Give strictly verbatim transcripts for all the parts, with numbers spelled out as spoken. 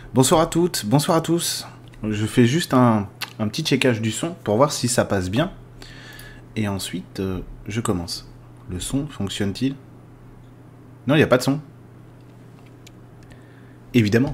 Bonsoir à toutes, bonsoir à tous. Je fais juste un, un petit checkage du son pour voir si ça passe bien. Et ensuite, euh, je commence. Le son fonctionne-t-il? Non, il n'y a pas de son. Évidemment.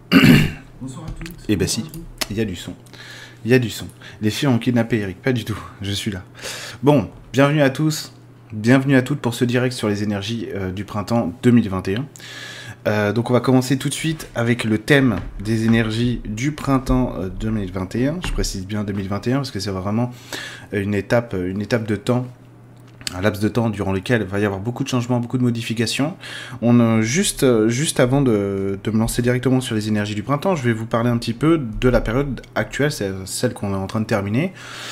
Bonsoir à toutes. Eh ben si, il y a du son. Il y a du son. Les filles ont kidnappé Eric, pas du tout, je suis là. Bon, bienvenue à tous, bienvenue à toutes pour ce direct sur les énergies euh, du printemps deux mille vingt et un. Euh, donc on va commencer tout de suite avec le thème des énergies du printemps euh, deux mille vingt et un. Je précise bien deux mille vingt et un parce que c'est vraiment une étape, une étape de temps, un laps de temps durant lequel il va y avoir beaucoup de changements, beaucoup de modifications. On, euh, juste, euh, juste avant de, de me lancer directement sur les énergies du printemps, je vais vous parler un petit peu de la période actuelle, c'est celle qu'on est en train de terminer,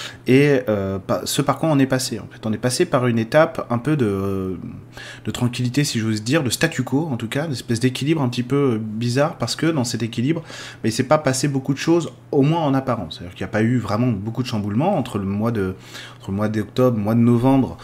et euh, ce par quoi on est passé. En fait, on est passé par une étape un peu de, de tranquillité, si j'ose dire, de statu quo en tout cas, une espèce d'équilibre un petit peu bizarre, parce que dans cet équilibre, bah, il s'est pas passé beaucoup de choses, au moins en apparence. C'est-à-dire qu'il n'y a pas eu vraiment beaucoup de chamboulements entre le mois de, entre le mois d'octobre, mois de novembre,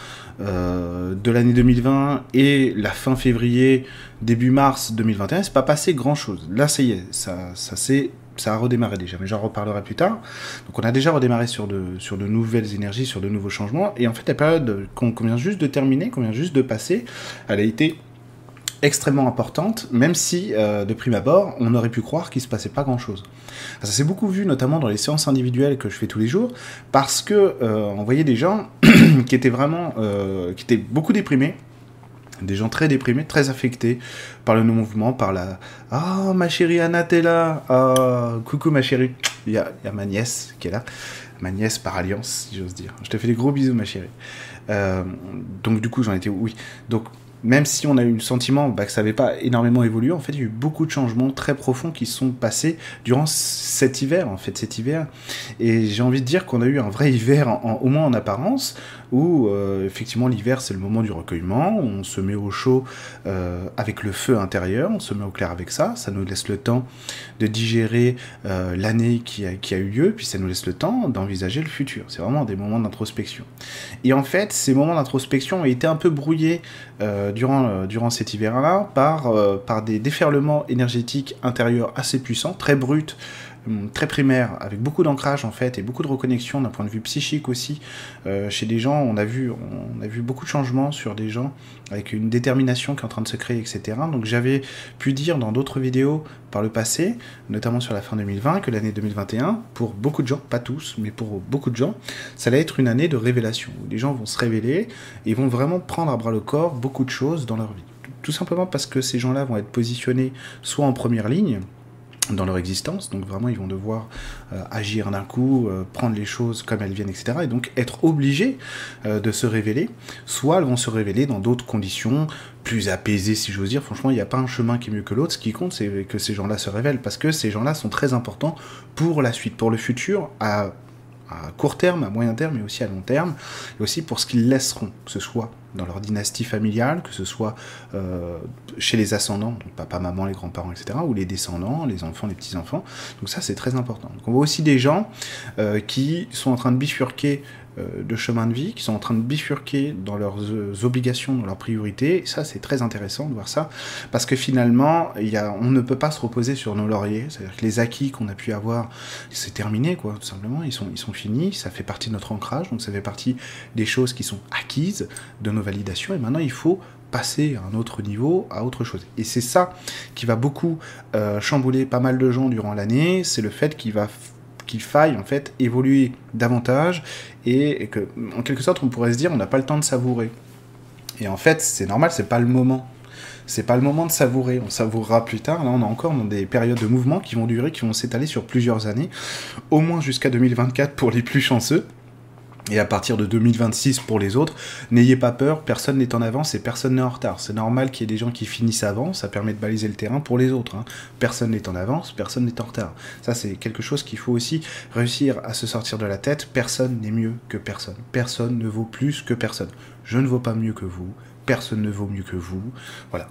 Euh, de l'année deux mille vingt et la fin février, début mars deux mille vingt et un, c'est pas passé grand chose. Là, ça y est, ça, ça, c'est, ça a redémarré déjà, mais j'en reparlerai plus tard. Donc, on a déjà redémarré sur de, sur de nouvelles énergies, sur de nouveaux changements. Et en fait, la période qu'on, qu'on vient juste de terminer, qu'on vient juste de passer, elle a été extrêmement importante, même si, euh, de prime abord, on aurait pu croire qu'il se passait pas grand-chose. Ça s'est beaucoup vu, notamment dans les séances individuelles que je fais tous les jours, parce que euh, on voyait des gens qui étaient vraiment, euh, qui étaient beaucoup déprimés, des gens très déprimés, très affectés par le mouvement, par la « Ah, oh, ma chérie Anna, t'es là oh, coucou ma chérie !» Il y a, il y a ma nièce qui est là, ma nièce par alliance, si j'ose dire. Je te fais des gros bisous, ma chérie. Euh, donc du coup, j'en étais... Oui, donc... Même si on a eu le sentiment bah, que ça n'avait pas énormément évolué, en fait, il y a eu beaucoup de changements très profonds qui se sont passés durant cet hiver, en fait, cet hiver. Et j'ai envie de dire qu'on a eu un vrai hiver, en, en, au moins en apparence, où, euh, effectivement, l'hiver, c'est le moment du recueillement, on se met au chaud euh, avec le feu intérieur, on se met au clair avec ça, ça nous laisse le temps de digérer euh, l'année qui a, qui a eu lieu, puis ça nous laisse le temps d'envisager le futur. C'est vraiment des moments d'introspection. Et en fait, ces moments d'introspection ont été un peu brouillés euh, durant, euh, durant cet hiver-là par, euh, par des déferlements énergétiques intérieurs assez puissants, très bruts, très primaire, avec beaucoup d'ancrage en fait et beaucoup de reconnexion d'un point de vue psychique aussi. Euh, chez des gens, on a vu, on a vu beaucoup de changements sur des gens avec une détermination qui est en train de se créer, et cetera. Donc j'avais pu dire dans d'autres vidéos par le passé, notamment sur la fin deux mille vingt, que l'année deux mille vingt et un, pour beaucoup de gens, pas tous, mais pour beaucoup de gens, ça allait être une année de révélation, où les gens vont se révéler et vont vraiment prendre à bras le corps beaucoup de choses dans leur vie. Tout simplement parce que ces gens-là vont être positionnés soit en première ligne, dans leur existence, donc vraiment ils vont devoir euh, agir d'un coup, euh, prendre les choses comme elles viennent, et cetera, et donc être obligés euh, de se révéler, soit elles vont se révéler dans d'autres conditions, plus apaisées si j'ose dire. Franchement, il n'y a pas un chemin qui est mieux que l'autre, ce qui compte c'est que ces gens-là se révèlent, parce que ces gens-là sont très importants pour la suite, pour le futur, à, à court terme, à moyen terme, mais aussi à long terme, et aussi pour ce qu'ils laisseront, que ce soit dans leur dynastie familiale, que ce soit euh, chez les ascendants, donc papa, maman, les grands-parents, et cetera, ou les descendants, les enfants, les petits-enfants. Donc ça, c'est très important. Donc on voit aussi des gens euh, qui sont en train de bifurquer euh, de chemin de vie, qui sont en train de bifurquer dans leurs euh, obligations, dans leurs priorités. Et ça, c'est très intéressant de voir ça, parce que finalement, il y a, on ne peut pas se reposer sur nos lauriers. C'est-à-dire que les acquis qu'on a pu avoir, c'est terminé, quoi, tout simplement. Ils sont, ils sont finis, ça fait partie de notre ancrage, donc ça fait partie des choses qui sont acquises de nos validations, et maintenant il faut passer à un autre niveau, à autre chose. Et c'est ça qui va beaucoup euh, chambouler pas mal de gens durant l'année, c'est le fait qu'il va qu'il faille en fait évoluer davantage, et, et que, en quelque sorte, on pourrait se dire on n'a pas le temps de savourer. Et en fait, c'est normal, c'est pas le moment. C'est pas le moment de savourer, on savourera plus tard. Là, on est encore dans des périodes de mouvement qui vont durer, qui vont s'étaler sur plusieurs années, au moins jusqu'à deux mille vingt-quatre pour les plus chanceux. Et à partir de deux mille vingt-six pour les autres, n'ayez pas peur, personne n'est en avance et personne n'est en retard. C'est normal qu'il y ait des gens qui finissent avant, ça permet de baliser le terrain pour les autres. Hein. Personne n'est en avance, personne n'est en retard. Ça, c'est quelque chose qu'il faut aussi réussir à se sortir de la tête. Personne n'est mieux que personne. Personne ne vaut plus que personne. Je ne vaux pas mieux que vous, personne ne vaut mieux que vous. Voilà.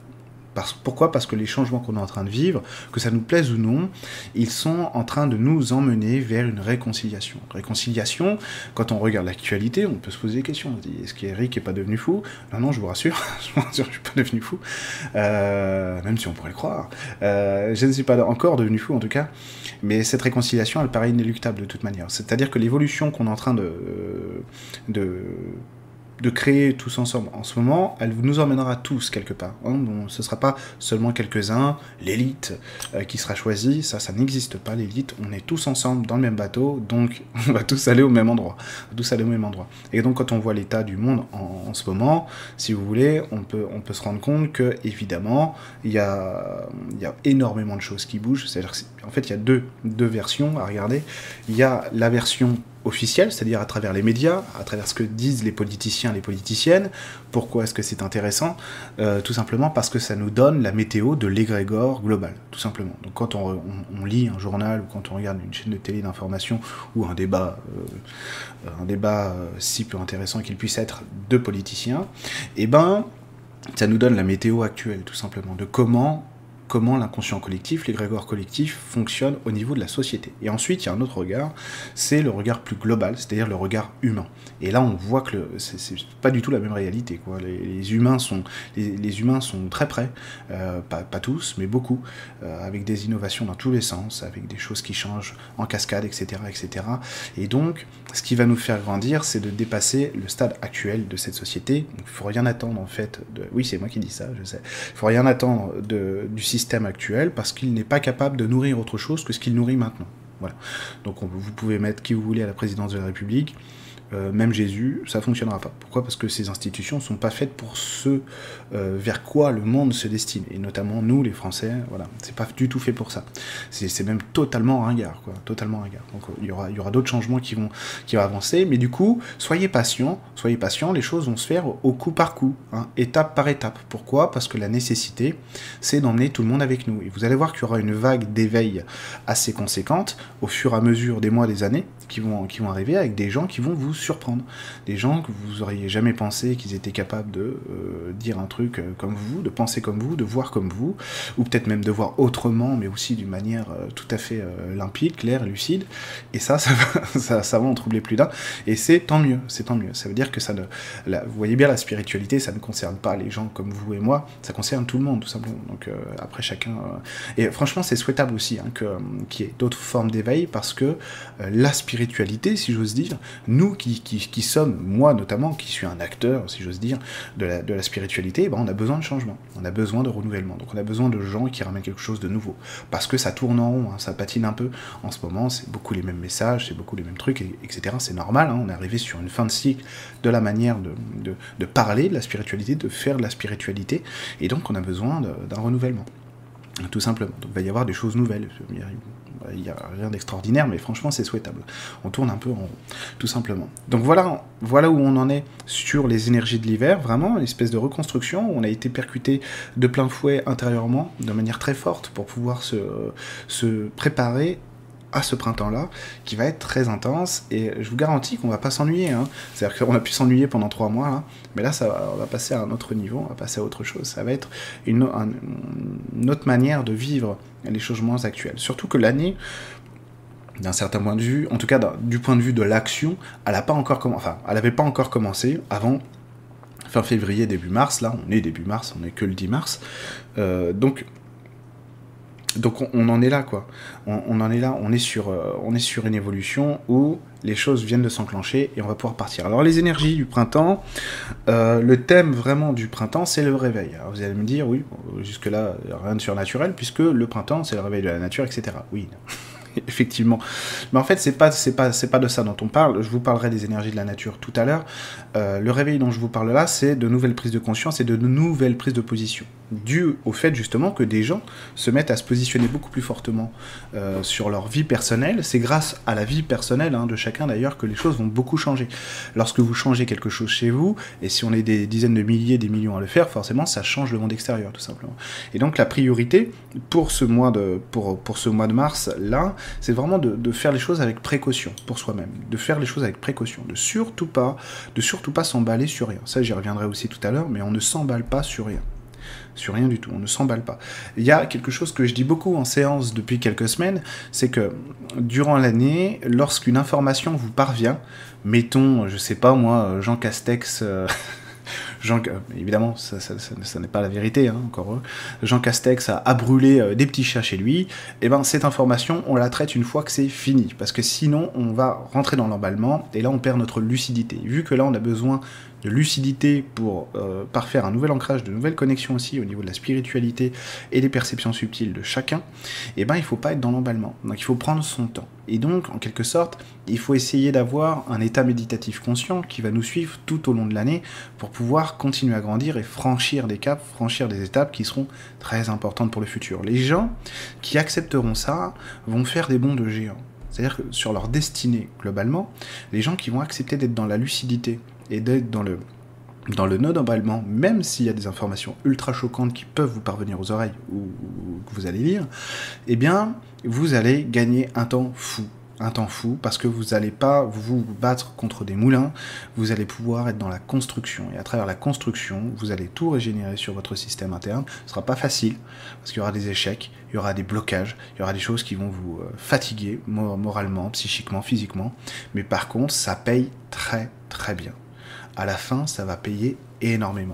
Parce, pourquoi? Parce que les changements qu'on est en train de vivre, que ça nous plaise ou non, ils sont en train de nous emmener vers une réconciliation. Réconciliation, quand on regarde l'actualité, on peut se poser des questions. On se dit, est-ce qu'Eric n'est pas devenu fou? Non, non, je vous rassure, je vous rassure, je ne suis pas devenu fou. Euh, même si on pourrait le croire. Euh, je ne suis pas encore devenu fou, en tout cas. Mais cette réconciliation, elle paraît inéluctable de toute manière. C'est-à-dire que l'évolution qu'on est en train de... de de créer tous ensemble en ce moment, elle nous emmènera tous quelque part. Hein. Bon, ce ne sera pas seulement quelques-uns, l'élite euh, qui sera choisie, ça, ça n'existe pas, l'élite, on est tous ensemble dans le même bateau, donc on va tous aller au même endroit. On va tous aller au même endroit. Et donc quand on voit l'état du monde en, en ce moment, si vous voulez, on peut, on peut se rendre compte que, évidemment, il y a, y a énormément de choses qui bougent. C'est-à-dire qu'en fait, il y a deux, deux versions à regarder. Il y a la version officielle, c'est-à-dire à travers les médias, à travers ce que disent les politiciens, les politiciennes. Pourquoi est-ce que c'est intéressant? euh, Tout simplement parce que ça nous donne la météo de l'égrégore global, tout simplement. Donc quand on, on, on lit un journal, ou quand on regarde une chaîne de télé d'information, ou un débat, euh, un débat euh, si peu intéressant qu'il puisse être de politiciens, eh ben, ça nous donne la météo actuelle, tout simplement, de comment... comment l'inconscient collectif, l'égrégore collectif fonctionne au niveau de la société. Et ensuite, il y a un autre regard, c'est le regard plus global, c'est-à-dire le regard humain. Et là, on voit que le, c'est, c'est pas du tout la même réalité, quoi. Les, les, humains, sont, les, les humains sont très près, euh, pas, pas tous, mais beaucoup, euh, avec des innovations dans tous les sens, avec des choses qui changent en cascade, et cetera, et cetera. Et donc, ce qui va nous faire grandir, c'est de dépasser le stade actuel de cette société. Il ne faut rien attendre, en fait, de... oui, c'est moi qui dis ça, je sais. Il ne faut rien attendre de, du système système actuel parce qu'il n'est pas capable de nourrir autre chose que ce qu'il nourrit maintenant. Voilà. Donc on, vous pouvez mettre qui vous voulez à la présidence de la République, euh, même Jésus, ça ne fonctionnera pas. Pourquoi? Parce que ces institutions ne sont pas faites pour ce euh, vers quoi le monde se destine, et notamment nous, les Français, voilà, c'est pas du tout fait pour ça. C'est, c'est même totalement ringard, quoi, totalement ringard. Donc il y aura, il y aura d'autres changements qui vont, qui vont avancer, mais du coup, soyez patients, soyez patients, les choses vont se faire au coup par coup, hein, étape par étape. Pourquoi? Parce que la nécessité, c'est d'emmener tout le monde avec nous. Et vous allez voir qu'il y aura une vague d'éveil assez conséquente au fur et à mesure des mois, des années, qui vont, qui vont arriver avec des gens qui vont vous surprendre. Des gens que vous auriez jamais pensé qu'ils étaient capables de euh, dire un truc euh, comme vous, de penser comme vous, de voir comme vous, ou peut-être même de voir autrement, mais aussi d'une manière euh, tout à fait euh, limpide, claire, lucide. Et ça, ça va, ça, ça va en troubler plus d'un. Et c'est tant mieux, c'est tant mieux. Ça veut dire que ça ne... La, vous voyez bien, la spiritualité, ça ne concerne pas les gens comme vous et moi, ça concerne tout le monde, tout simplement. Donc euh, après, chacun... Euh... Et franchement, c'est souhaitable aussi hein, que, euh, qu'il y ait d'autres formes d'éveil, parce que euh, la spiritualité, si j'ose dire, nous qui, qui, qui sommes, moi notamment, qui suis un acteur, si j'ose dire, de la, de la spiritualité, ben on a besoin de changement, on a besoin de renouvellement, donc on a besoin de gens qui ramènent quelque chose de nouveau, parce que ça tourne en rond, hein, ça patine un peu, en ce moment, c'est beaucoup les mêmes messages, c'est beaucoup les mêmes trucs, et, etc. C'est normal, hein, on est arrivé sur une fin de cycle de la manière de, de, de parler de la spiritualité, de faire de la spiritualité, et donc on a besoin de, d'un renouvellement. Tout simplement. Donc il va y avoir des choses nouvelles. Il n'y a rien d'extraordinaire, mais franchement c'est souhaitable. On tourne un peu en rond, tout simplement. Donc voilà, voilà où on en est sur les énergies de l'hiver, vraiment une espèce de reconstruction. On a été percuté de plein fouet intérieurement, de manière très forte, pour pouvoir se, se préparer à ce printemps-là, qui va être très intense, et je vous garantis qu'on va pas s'ennuyer, hein. C'est-à-dire qu'on a pu s'ennuyer pendant trois mois, là, mais là, ça va, on va passer à un autre niveau, on va passer à autre chose, ça va être une, un, une autre manière de vivre les changements actuels. Surtout que l'année, d'un certain point de vue, en tout cas du point de vue de l'action, elle a pas encore comm... enfin, elle avait pas encore commencé avant fin février, début mars, là, on est début mars, on est que le dix mars, euh, donc... Donc on, on en est là, quoi. On, on en est là, on est, sur, euh, on est sur une évolution où les choses viennent de s'enclencher et on va pouvoir partir. Alors les énergies du printemps, euh, le thème vraiment du printemps, c'est le réveil. Alors vous allez me dire, oui, jusque-là, rien de surnaturel, puisque le printemps, c'est le réveil de la nature, et cetera. Oui, effectivement. Mais en fait, c'est pas, c'est pas, c'est pas de ça dont on parle. Je vous parlerai des énergies de la nature tout à l'heure. Euh, le réveil dont je vous parle là, c'est de nouvelles prises de conscience et de nouvelles prises de position. Dû au fait, justement, que des gens se mettent à se positionner beaucoup plus fortement euh, sur leur vie personnelle. C'est grâce à la vie personnelle hein, de chacun, d'ailleurs, que les choses vont beaucoup changer. Lorsque vous changez quelque chose chez vous, et si on est des dizaines de milliers, des millions à le faire, forcément, ça change le monde extérieur, tout simplement. Et donc, la priorité pour ce mois de, pour, pour ce mois de mars, là, c'est vraiment de, de faire les choses avec précaution pour soi-même, de faire les choses avec précaution, de surtout pas, de surtout pas s'emballer sur rien. Ça, j'y reviendrai aussi tout à l'heure, mais on ne s'emballe pas sur rien. Sur rien du tout, on ne s'emballe pas. Il y a quelque chose que je dis beaucoup en séance depuis quelques semaines, c'est que durant l'année, lorsqu'une information vous parvient, mettons, je sais pas moi, Jean Castex... Euh Jean, évidemment, ça, ça, ça, ça n'est pas la vérité, hein, encore eux. Jean Castex a, a brûlé euh, des petits chats chez lui. Et ben cette information, on la traite une fois que c'est fini, parce que sinon, on va rentrer dans l'emballement et là, on perd notre lucidité. Vu que là, on a besoin de lucidité pour euh, parfaire un nouvel ancrage, de nouvelles connexions aussi au niveau de la spiritualité et des perceptions subtiles de chacun, et ben il faut pas être dans l'emballement. Donc il faut prendre son temps. Et donc, en quelque sorte, il faut essayer d'avoir un état méditatif conscient qui va nous suivre tout au long de l'année pour pouvoir continuer à grandir et franchir des caps, franchir des étapes qui seront très importantes pour le futur. Les gens qui accepteront ça vont faire des bonds de géants. C'est-à-dire que sur leur destinée, globalement, les gens qui vont accepter d'être dans la lucidité et d'être dans le, dans le non-emballement, même s'il y a des informations ultra choquantes qui peuvent vous parvenir aux oreilles ou, ou que vous allez lire, eh bien, vous allez gagner un temps fou. Un temps fou, parce que vous n'allez pas vous battre contre des moulins, vous allez pouvoir être dans la construction. Et à travers la construction, vous allez tout régénérer sur votre système interne. Ce ne sera pas facile, parce qu'il y aura des échecs, il y aura des blocages, il y aura des choses qui vont vous fatiguer, moralement, psychiquement, physiquement. Mais par contre, ça paye très très bien. À la fin, ça va payer énormément.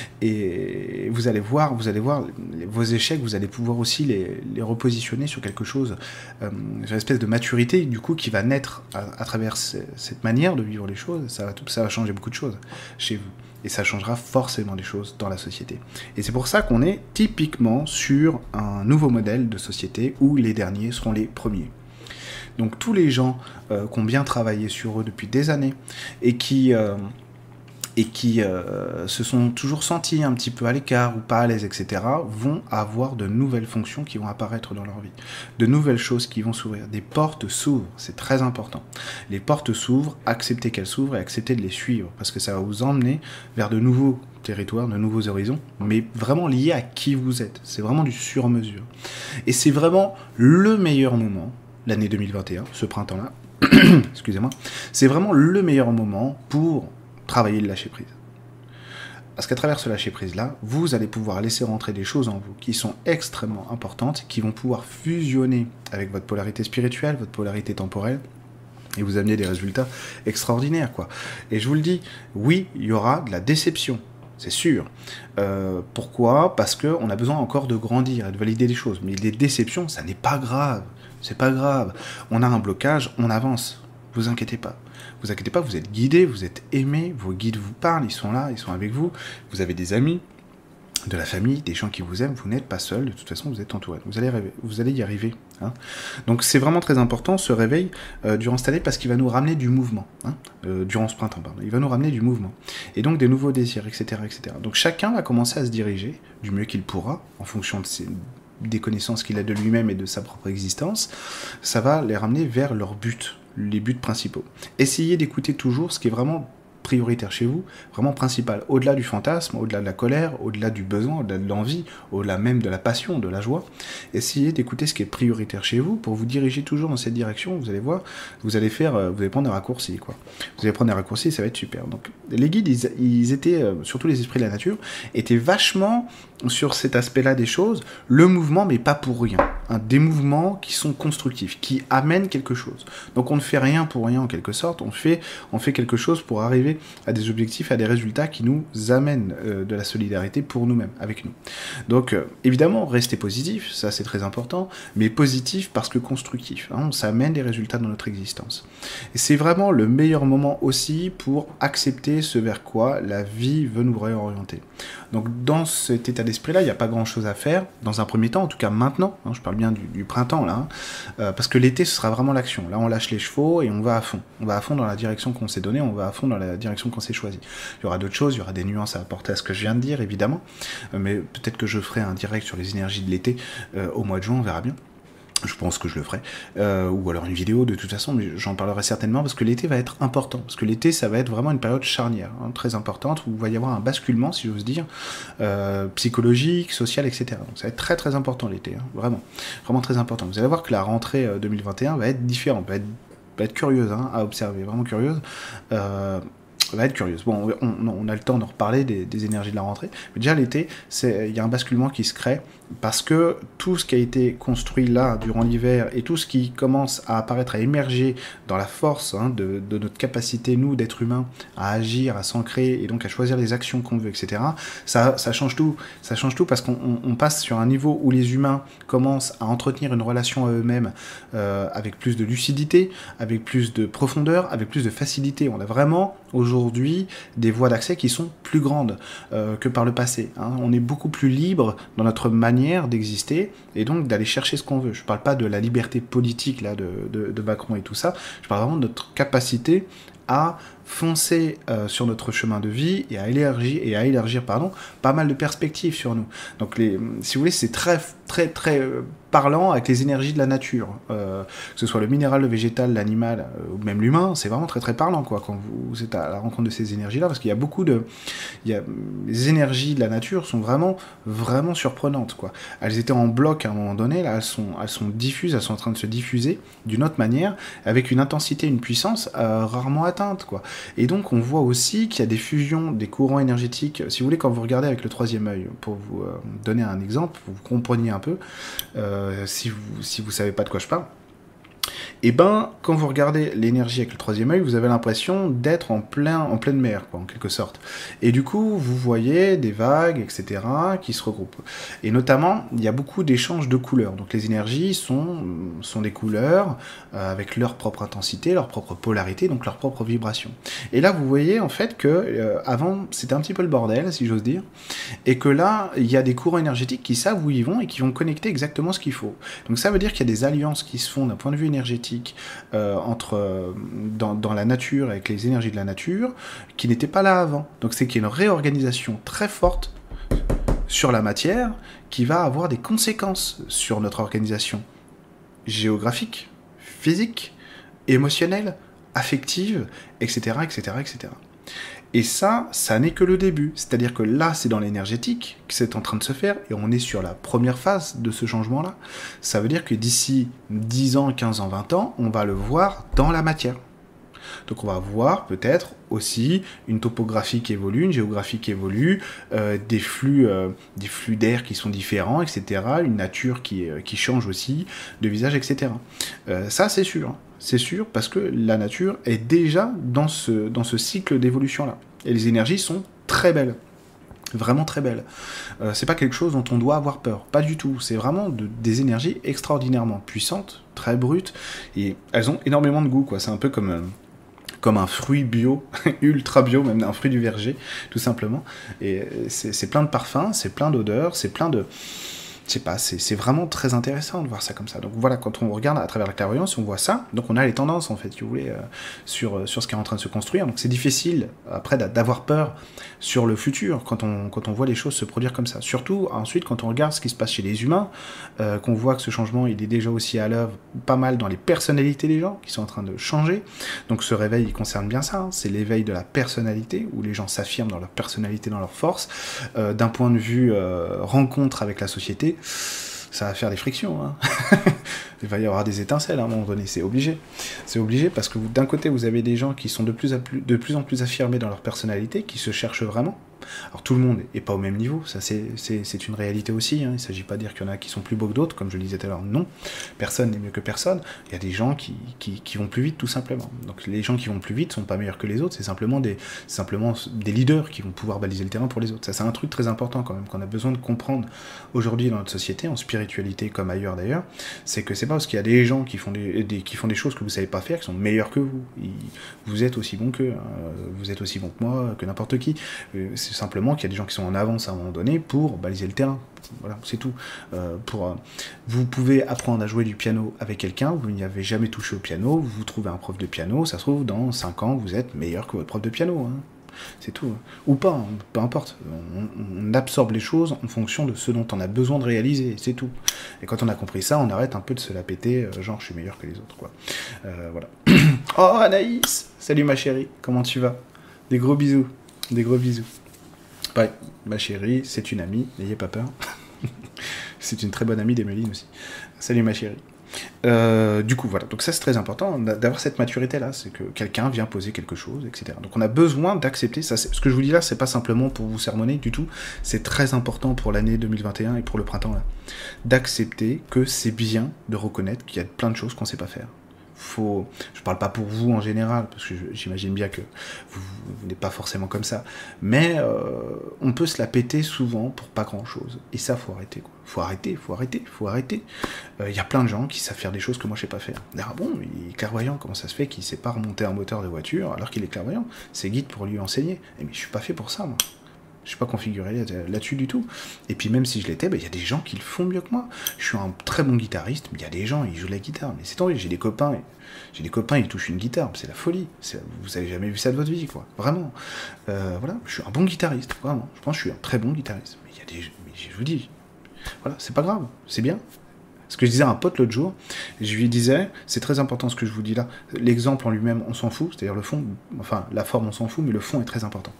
Et vous allez voir, vous allez voir vos échecs, vous allez pouvoir aussi les, les repositionner sur quelque chose, euh, sur une espèce de maturité, du coup, qui va naître à, à travers ce, cette manière de vivre les choses. Ça va, ça va changer beaucoup de choses chez vous. Et ça changera forcément des choses dans la société. Et c'est pour ça qu'on est typiquement sur un nouveau modèle de société où les derniers seront les premiers. Donc tous les gens euh, qui ont bien travaillé sur eux depuis des années et qui... Euh, et qui euh, se sont toujours sentis un petit peu à l'écart ou pas à l'aise, et cetera, vont avoir de nouvelles fonctions qui vont apparaître dans leur vie. De nouvelles choses qui vont s'ouvrir. Des portes s'ouvrent, c'est très important. Les portes s'ouvrent, acceptez qu'elles s'ouvrent et acceptez de les suivre, parce que ça va vous emmener vers de nouveaux territoires, de nouveaux horizons, mais vraiment liés à qui vous êtes. C'est vraiment du sur-mesure. Et c'est vraiment le meilleur moment, l'année deux mille vingt et un, ce printemps-là, excusez-moi, c'est vraiment le meilleur moment pour travailler le lâcher-prise. Parce qu'à travers ce lâcher-prise-là, vous allez pouvoir laisser rentrer des choses en vous qui sont extrêmement importantes, qui vont pouvoir fusionner avec votre polarité spirituelle, votre polarité temporelle, et vous amener des résultats extraordinaires, quoi. Et je vous le dis, oui, il y aura de la déception, c'est sûr. Euh, pourquoi ? Parce qu'on a besoin encore de grandir et de valider des choses. Mais les déceptions, ça n'est pas grave. C'est pas grave. On a un blocage, on avance. Vous inquiétez pas. Vous inquiétez pas, vous êtes guidés, vous êtes aimés, vos guides vous parlent, ils sont là, ils sont avec vous. Vous avez des amis, de la famille, des gens qui vous aiment, vous n'êtes pas seul, de toute façon vous êtes entouré. Vous allez, rêver, vous allez y arriver. Hein. Donc c'est vraiment très important ce réveil euh, durant cette année parce qu'il va nous ramener du mouvement, hein, euh, durant ce printemps, pardon. Il va nous ramener du mouvement. Et donc des nouveaux désirs, et cetera, et cetera. Donc chacun va commencer à se diriger du mieux qu'il pourra, en fonction de ses, des connaissances qu'il a de lui-même et de sa propre existence. Ça va les ramener vers leur but, les buts principaux. Essayez d'écouter toujours ce qui est vraiment prioritaire chez vous, vraiment principal, au-delà du fantasme, au-delà de la colère, au-delà du besoin, au-delà de l'envie, au-delà même de la passion, de la joie. Essayez d'écouter ce qui est prioritaire chez vous pour vous diriger toujours dans cette direction. Vous allez voir, vous allez faire, vous allez prendre des raccourcis, quoi. Vous allez prendre des raccourcis, ça va être super. Donc, les guides, ils, ils étaient, surtout les esprits de la nature, étaient vachement sur cet aspect-là des choses, le mouvement, mais pas pour rien. Hein, des mouvements qui sont constructifs, qui amènent quelque chose. Donc, on ne fait rien pour rien, en quelque sorte. On fait, on fait quelque chose pour arriver à des objectifs, à des résultats qui nous amènent euh, de la solidarité pour nous-mêmes, avec nous. Donc, euh, évidemment, restez positif, ça c'est très important, mais positif parce que constructif. Hein, ça amène des résultats dans notre existence. Et c'est vraiment le meilleur moment aussi pour accepter ce vers quoi la vie veut nous réorienter. Donc, dans cet état d'esprit-là, il n'y a pas grand-chose à faire, dans un premier temps, en tout cas maintenant, hein, je parle bien du, du printemps, là, hein, euh, parce que l'été, ce sera vraiment l'action. Là, on lâche les chevaux et on va à fond. On va à fond dans la direction qu'on s'est donnée, on va à fond dans la direction qu'on s'est choisie. Il y aura d'autres choses, il y aura des nuances à apporter à ce que je viens de dire, évidemment, euh, mais peut-être que je ferai un direct sur les énergies de l'été euh, au mois de juin, on verra bien. Je pense que je le ferai, euh, ou alors une vidéo de toute façon, mais j'en parlerai certainement parce que l'été va être important, parce que l'été ça va être vraiment une période charnière, hein, très importante, où il va y avoir un basculement, si j'ose dire, euh, psychologique, social, et cetera. Donc ça va être très très important l'été, hein, vraiment, vraiment très important. Vous allez voir que la rentrée euh, deux mille vingt et un va être différente, va être, va être curieuse hein, à observer, vraiment curieuse. Euh, va être curieuse. Bon, on, on, on a le temps d'en reparler des, des énergies de la rentrée, mais déjà l'été, il y a un basculement qui se crée, parce que tout ce qui a été construit là, durant l'hiver, et tout ce qui commence à apparaître, à émerger dans la force hein, de, de notre capacité, nous, d'être humains, à agir, à s'ancrer, et donc à choisir les actions qu'on veut, et cetera, ça, ça change tout. Ça change tout parce qu'on on, on passe sur un niveau où les humains commencent à entretenir une relation à eux-mêmes euh, avec plus de lucidité, avec plus de profondeur, avec plus de facilité. On a vraiment, aujourd'hui, des voies d'accès qui sont plus grandes euh, que par le passé. Hein. On est beaucoup plus libre dans notre manière d'exister et donc d'aller chercher ce qu'on veut. Je parle pas de la liberté politique là de, de, de Macron et tout ça, je parle vraiment de notre capacité à foncer euh, sur notre chemin de vie et à élargir, et à élargir pardon, pas mal de perspectives sur nous. Donc les, si vous voulez, c'est très très très euh, parlant avec les énergies de la nature, euh, que ce soit le minéral, le végétal, l'animal euh, ou même l'humain, c'est vraiment très très parlant quoi quand vous, vous êtes à la rencontre de ces énergies-là, parce qu'il y a beaucoup de, il y a, les énergies de la nature sont vraiment vraiment surprenantes quoi. Elles étaient en bloc à un moment donné, là elles sont elles sont diffuses, elles sont en train de se diffuser d'une autre manière, avec une intensité, une puissance euh, rarement atteinte quoi. Et donc on voit aussi qu'il y a des fusions des courants énergétiques. Si vous voulez, quand vous regardez avec le troisième œil, pour vous euh, donner un exemple, pour vous compreniez un peu, euh, si vous si vous savez pas de quoi je parle, et ben quand vous regardez l'énergie avec le troisième œil, vous avez l'impression d'être en plein en pleine mer, quoi, en quelque sorte. Et du coup, vous voyez des vagues, et cetera, qui se regroupent. Et notamment, il y a beaucoup d'échanges de couleurs. Donc les énergies sont sont des couleurs euh, avec leur propre intensité, leur propre polarité, donc leur propre vibration. Et là, vous voyez en fait que euh, avant, c'était un petit peu le bordel, si j'ose dire, et que là, il y a des courants énergétiques qui savent où ils vont et qui vont connecter exactement ce qu'il faut. Donc ça veut dire qu'il y a des alliances qui se font d'un point de vue énergétique euh, entre euh, dans, dans la nature, avec les énergies de la nature, qui n'étaient pas là avant. Donc c'est qu'il y a une réorganisation très forte sur la matière qui va avoir des conséquences sur notre organisation géographique, physique, émotionnelle, affective, et cetera, et cetera, et cetera. Et ça, ça n'est que le début. C'est-à-dire que là, c'est dans l'énergétique que c'est en train de se faire, et on est sur la première phase de ce changement-là. Ça veut dire que d'ici dix ans, quinze ans, vingt ans, on va le voir dans la matière. Donc on va voir peut-être aussi une topographie qui évolue, une géographie qui évolue, euh, des flux, euh, des flux d'air qui sont différents, et cetera. Une nature qui, euh, qui change aussi de visage, et cetera. Euh, ça, c'est sûr. Hein. C'est sûr, parce que la nature est déjà dans ce, dans ce cycle d'évolution-là. Et les énergies sont très belles. Vraiment très belles. Euh, c'est pas quelque chose dont on doit avoir peur. Pas du tout. C'est vraiment de, des énergies extraordinairement puissantes, très brutes, et elles ont énormément de goût, quoi. C'est un peu comme... Euh, comme un fruit bio, ultra bio, même un fruit du verger, tout simplement. Et c'est plein de parfums, c'est plein d'odeurs, c'est plein de... Je sais pas, c'est vraiment très intéressant de voir ça comme ça. Donc voilà, quand on regarde à travers la clairvoyance, on voit ça, donc on a les tendances, en fait, si vous voulez, euh, sur, sur ce qui est en train de se construire. Donc c'est difficile, après, d'avoir peur sur le futur, quand on, quand on voit les choses se produire comme ça. Surtout, ensuite, quand on regarde ce qui se passe chez les humains, euh, qu'on voit que ce changement, il est déjà aussi à l'œuvre, pas mal dans les personnalités des gens, qui sont en train de changer. Donc ce réveil, il concerne bien ça, hein. C'est l'éveil de la personnalité, où les gens s'affirment dans leur personnalité, dans leur force, euh, d'un point de vue euh, rencontre avec la société. Ça va faire des frictions, hein. Il va y avoir des étincelles à un moment donné, c'est obligé. C'est obligé parce que d'un côté, vous avez des gens qui sont de plus, à plus, de plus en plus affirmés dans leur personnalité, qui se cherchent vraiment. Alors tout le monde n'est pas au même niveau, ça c'est une réalité aussi, hein. Il ne s'agit pas de dire qu'il y en a qui sont plus beaux que d'autres, comme je le disais tout à l'heure, non. Personne n'est mieux que personne. Il y a des gens qui, qui, qui vont plus vite, tout simplement. Donc les gens qui vont plus vite ne sont pas meilleurs que les autres, c'est simplement des, simplement des leaders qui vont pouvoir baliser le terrain pour les autres. Ça c'est un truc très important quand même, qu'on a besoin de comprendre aujourd'hui dans notre société, en spiritualité comme ailleurs d'ailleurs, c'est que c'est pas parce qu'il y a des gens qui font des, des, qui font des choses que vous savez pas faire, qui sont meilleurs que vous. Ils, vous êtes aussi bon qu'eux, hein. Vous êtes aussi bon que moi, que n'importe qui. C'est simplement qu'il y a des gens qui sont en avance à un moment donné pour baliser le terrain. Voilà, c'est tout. Euh, pour, euh, vous pouvez apprendre à jouer du piano avec quelqu'un, vous n'y avez jamais touché au piano, vous trouvez un prof de piano, ça se trouve, dans cinq ans, vous êtes meilleur que votre prof de piano. Hein. C'est tout. Ou pas, hein, peu importe. On, on absorbe les choses en fonction de ce dont on a besoin de réaliser, c'est tout. Et quand on a compris ça, on arrête un peu de se la péter, euh, genre je suis meilleur que les autres, quoi. Euh, voilà. Oh, Anaïs! Salut ma chérie, comment tu vas? Des gros bisous, des gros bisous. Ouais, ma chérie, c'est une amie, n'ayez pas peur. C'est une très bonne amie d'Emeline aussi. Salut ma chérie. Euh, du coup, voilà. Donc ça, c'est très important d'avoir cette maturité-là. C'est que quelqu'un vient poser quelque chose, et cetera. Donc on a besoin d'accepter ça. Ce que je vous dis là, c'est pas simplement pour vous sermonner du tout. C'est très important pour l'année deux mille vingt et un et pour le printemps, là. D'accepter que c'est bien de reconnaître qu'il y a plein de choses qu'on sait pas faire. Faut... Je parle pas pour vous en général, parce que j'imagine bien que vous, vous n'êtes pas forcément comme ça, mais euh, on peut se la péter souvent pour pas grand chose, et ça faut arrêter, quoi. Faut arrêter, faut arrêter, faut arrêter. Il euh, y a plein de gens qui savent faire des choses que moi je sais pas faire. Ah bon, il est clairvoyant, comment ça se fait qu'il sait pas remonter un moteur de voiture alors qu'il est clairvoyant? C'est guide pour lui enseigner. Et mais je suis pas fait pour ça, moi. Je suis pas configuré là-dessus du tout. Et puis même si je l'étais, il bah, y a des gens qui le font mieux que moi. Je suis un très bon guitariste, mais il y a des gens, ils jouent de la guitare. Mais c'est tombé, j'ai des copains, j'ai des copains, ils touchent une guitare, c'est la folie. Vous avez jamais vu ça de votre vie, quoi. Vraiment. Euh, voilà, je suis un bon guitariste, vraiment. Je pense que je suis un très bon guitariste. Mais il y a des, mais je vous dis, voilà, c'est pas grave, c'est bien. Ce que je disais à un pote l'autre jour, je lui disais, c'est très important ce que je vous dis là. L'exemple en lui-même, on s'en fout, c'est-à-dire le fond, enfin la forme, on s'en fout, mais le fond est très important.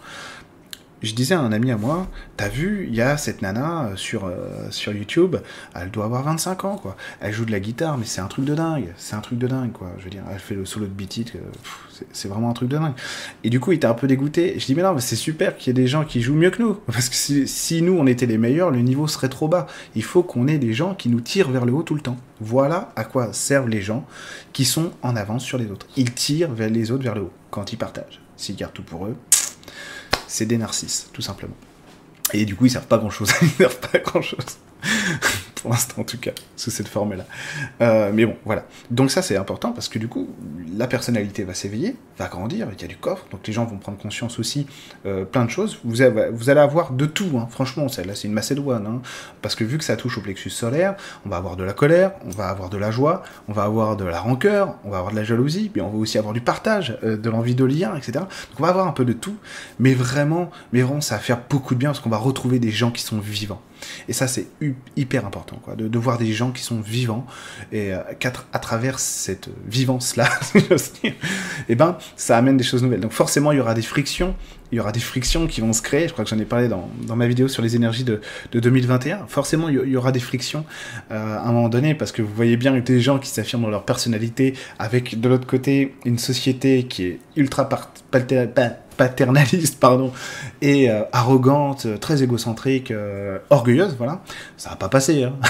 Je disais à un ami à moi, t'as vu, il y a cette nana sur, euh, sur YouTube, elle doit avoir vingt-cinq ans, quoi. Elle joue de la guitare, mais c'est un truc de dingue, c'est un truc de dingue, quoi. Je veux dire, elle fait le solo de Beat It, euh, c'est vraiment un truc de dingue. Et du coup, il était un peu dégoûté. Je dis, mais non, mais c'est super qu'il y ait des gens qui jouent mieux que nous, parce que si, si nous, on était les meilleurs, le niveau serait trop bas. Il faut qu'on ait des gens qui nous tirent vers le haut tout le temps. Voilà à quoi servent les gens qui sont en avance sur les autres. Ils tirent vers les autres vers le haut, quand ils partagent. S'ils gardent tout pour eux, c'est des narcisses, tout simplement. Et du coup, ils servent pas grand-chose. Ils servent pas grand-chose. Pour l'instant, en tout cas, sous cette forme-là. Euh, mais bon, voilà. Donc ça, c'est important, parce que du coup, la personnalité va s'éveiller, va grandir, il y a du coffre, donc les gens vont prendre conscience aussi euh, plein de choses. Vous, avez, vous allez avoir de tout, hein. Franchement, ça, là, c'est une macédoine, hein. Parce que vu que ça touche au plexus solaire, on va avoir de la colère, on va avoir de la joie, on va avoir de la rancœur, on va avoir de la jalousie, puis on va aussi avoir du partage, euh, de l'envie de lien, et cetera. Donc on va avoir un peu de tout, mais vraiment, mais vraiment, ça va faire beaucoup de bien, parce qu'on va retrouver des gens qui sont vivants. Et ça, c'est hyper important, quoi, de, de voir des gens qui sont vivants, et euh, qu'à à travers cette vivance-là, et ben, ça amène des choses nouvelles. Donc forcément, il y aura des frictions, il y aura des frictions qui vont se créer. Je crois que j'en ai parlé dans, dans ma vidéo sur les énergies de, de deux mille vingt et un. Forcément, il y aura des frictions euh, à un moment donné, parce que vous voyez bien des gens qui s'affirment dans leur personnalité, avec de l'autre côté une société qui est ultra part, palter, paternaliste, pardon, et euh, arrogante, très égocentrique, euh, orgueilleuse, voilà. Ça va pas passer, hein.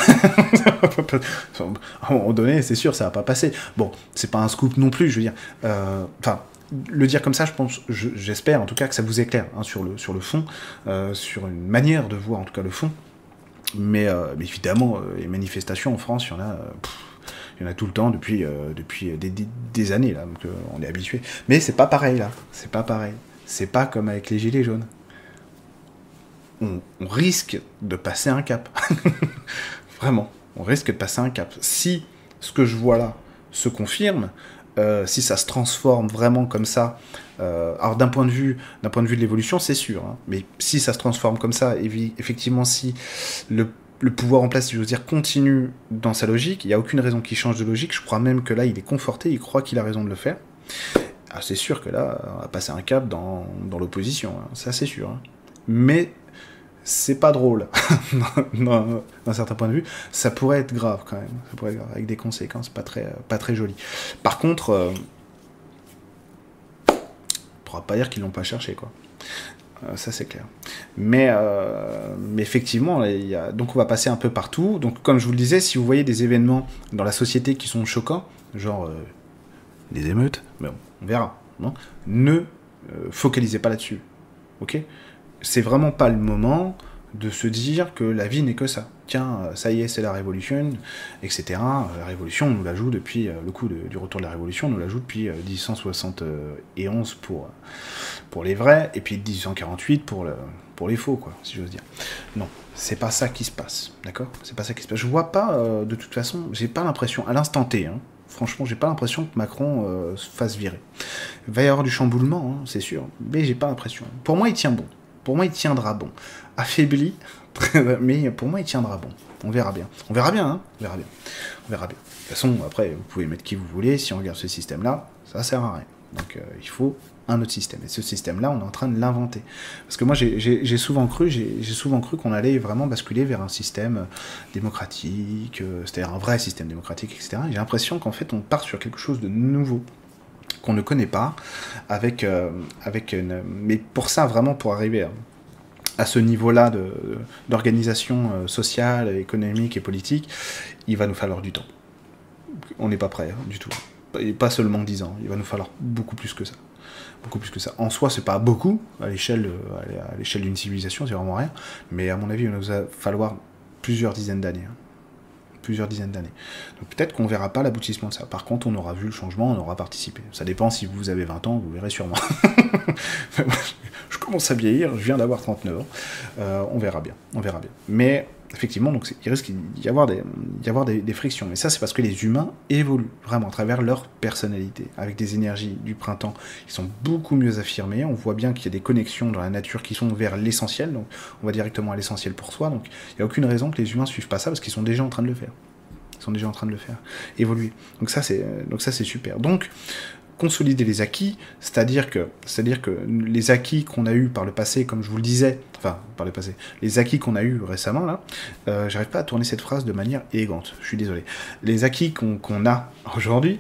À un moment donné, c'est sûr, ça va pas passer. Bon, c'est pas un scoop non plus, je veux dire. Enfin, euh, le dire comme ça, je pense, je, j'espère en tout cas que ça vous éclaire, hein, sur le sur le fond, euh, sur une manière de voir en tout cas le fond. Mais, euh, mais évidemment, euh, les manifestations en France, il y en a. Euh, pff, il y en a tout le temps depuis, euh, depuis des, des, des années, là, donc euh, on est habitué. Mais c'est pas pareil, là. C'est pas pareil. C'est pas comme avec les gilets jaunes. On, on risque de passer un cap. Vraiment, on risque de passer un cap. Si ce que je vois là se confirme, euh, si ça se transforme vraiment comme ça, euh, alors d'un point de vue, d'un point de vue de l'évolution, c'est sûr, hein, mais si ça se transforme comme ça, et effectivement, si le le pouvoir en place, si j'ose dire, continue dans sa logique, il n'y a aucune raison qu'il change de logique, je crois même que là, il est conforté, il croit qu'il a raison de le faire. Ah, c'est sûr que là, on va passer un cap dans, dans l'opposition, hein. Ça c'est sûr. Hein. Mais c'est pas drôle, d'un certain point de vue. Ça pourrait être grave quand même, ça pourrait être grave, avec des conséquences pas très, pas très jolies. Par contre, euh, on ne pourra pas dire qu'ils l'ont pas cherché, quoi. Euh, ça c'est clair. Mais, euh, mais effectivement, il y a... donc on va passer un peu partout. Donc comme je vous le disais, si vous voyez des événements dans la société qui sont choquants, genre euh, des émeutes, mais bon, on verra. Non, ne euh, focalisez pas là-dessus. Ok ? C'est vraiment pas le moment de se dire que la vie n'est que ça. Tiens, ça y est, c'est la révolution, et cetera. La révolution, on nous la joue depuis, euh, le coup de, du retour de la révolution, on nous la joue depuis euh, dix-huit cent soixante et onze pour, pour les vrais, et puis dix-huit cent quarante-huit pour, le, pour les faux, quoi, si j'ose dire. Non, c'est pas ça qui se passe, d'accord ? C'est pas ça qui se passe. Je vois pas, euh, de toute façon, j'ai pas l'impression, à l'instant T, hein, franchement, j'ai pas l'impression que Macron euh, se fasse virer. Il va y avoir du chamboulement, hein, c'est sûr, mais j'ai pas l'impression. Pour moi, il tient bon. Pour moi, il tiendra bon. Affaibli, mais pour moi, il tiendra bon. On verra bien. On verra bien, hein. On verra bien. On verra bien. De toute façon, après, vous pouvez mettre qui vous voulez. Si on regarde ce système-là, ça sert à rien. Donc, euh, il faut un autre système. Et ce système-là, on est en train de l'inventer. Parce que moi, j'ai souvent cru, j'ai souvent cru qu'on allait vraiment basculer vers un système démocratique, euh, c'est-à-dire un vrai système démocratique, et cetera. J'ai l'impression qu'en fait, on part sur quelque chose de nouveau qu'on ne connaît pas, avec, euh, avec une... mais pour ça, vraiment, pour arriver à, à ce niveau-là d'organisation euh, sociale, économique et politique, il va nous falloir du temps. On n'est pas prêt, hein, du tout. Et pas seulement dix ans, il va nous falloir beaucoup plus que ça. Beaucoup plus que ça. En soi, c'est pas beaucoup, à l'échelle à l'échelle d'une civilisation, c'est vraiment rien, mais à mon avis, il va nous falloir plusieurs dizaines d'années. Hein. Plusieurs dizaines d'années. Donc peut-être qu'on verra pas l'aboutissement de ça. Par contre, on aura vu le changement, on aura participé. Ça dépend, si vous avez vingt ans, vous verrez sûrement. Je commence à vieillir, je viens d'avoir trente-neuf ans. Euh, on verra bien, on verra bien. Mais effectivement, donc il risque d'y avoir des, d'y avoir des, des frictions. Mais ça, c'est parce que les humains évoluent vraiment à travers leur personnalité, avec des énergies du printemps qui sont beaucoup mieux affirmées. On voit bien qu'il y a des connexions dans la nature qui sont vers l'essentiel. Donc, on va directement à l'essentiel pour soi. Donc, il n'y a aucune raison que les humains ne suivent pas ça, parce qu'ils sont déjà en train de le faire. Ils sont déjà en train de le faire, évoluer. Donc ça, c'est, donc ça, c'est super. Donc, consolider les acquis, c'est-à-dire que, c'est-à-dire que les acquis qu'on a eus par le passé, comme je vous le disais, enfin, par le passé, les acquis qu'on a eus récemment, là, euh, j'arrive pas à tourner cette phrase de manière élégante, je suis désolé. Les acquis qu'on qu'on a aujourd'hui,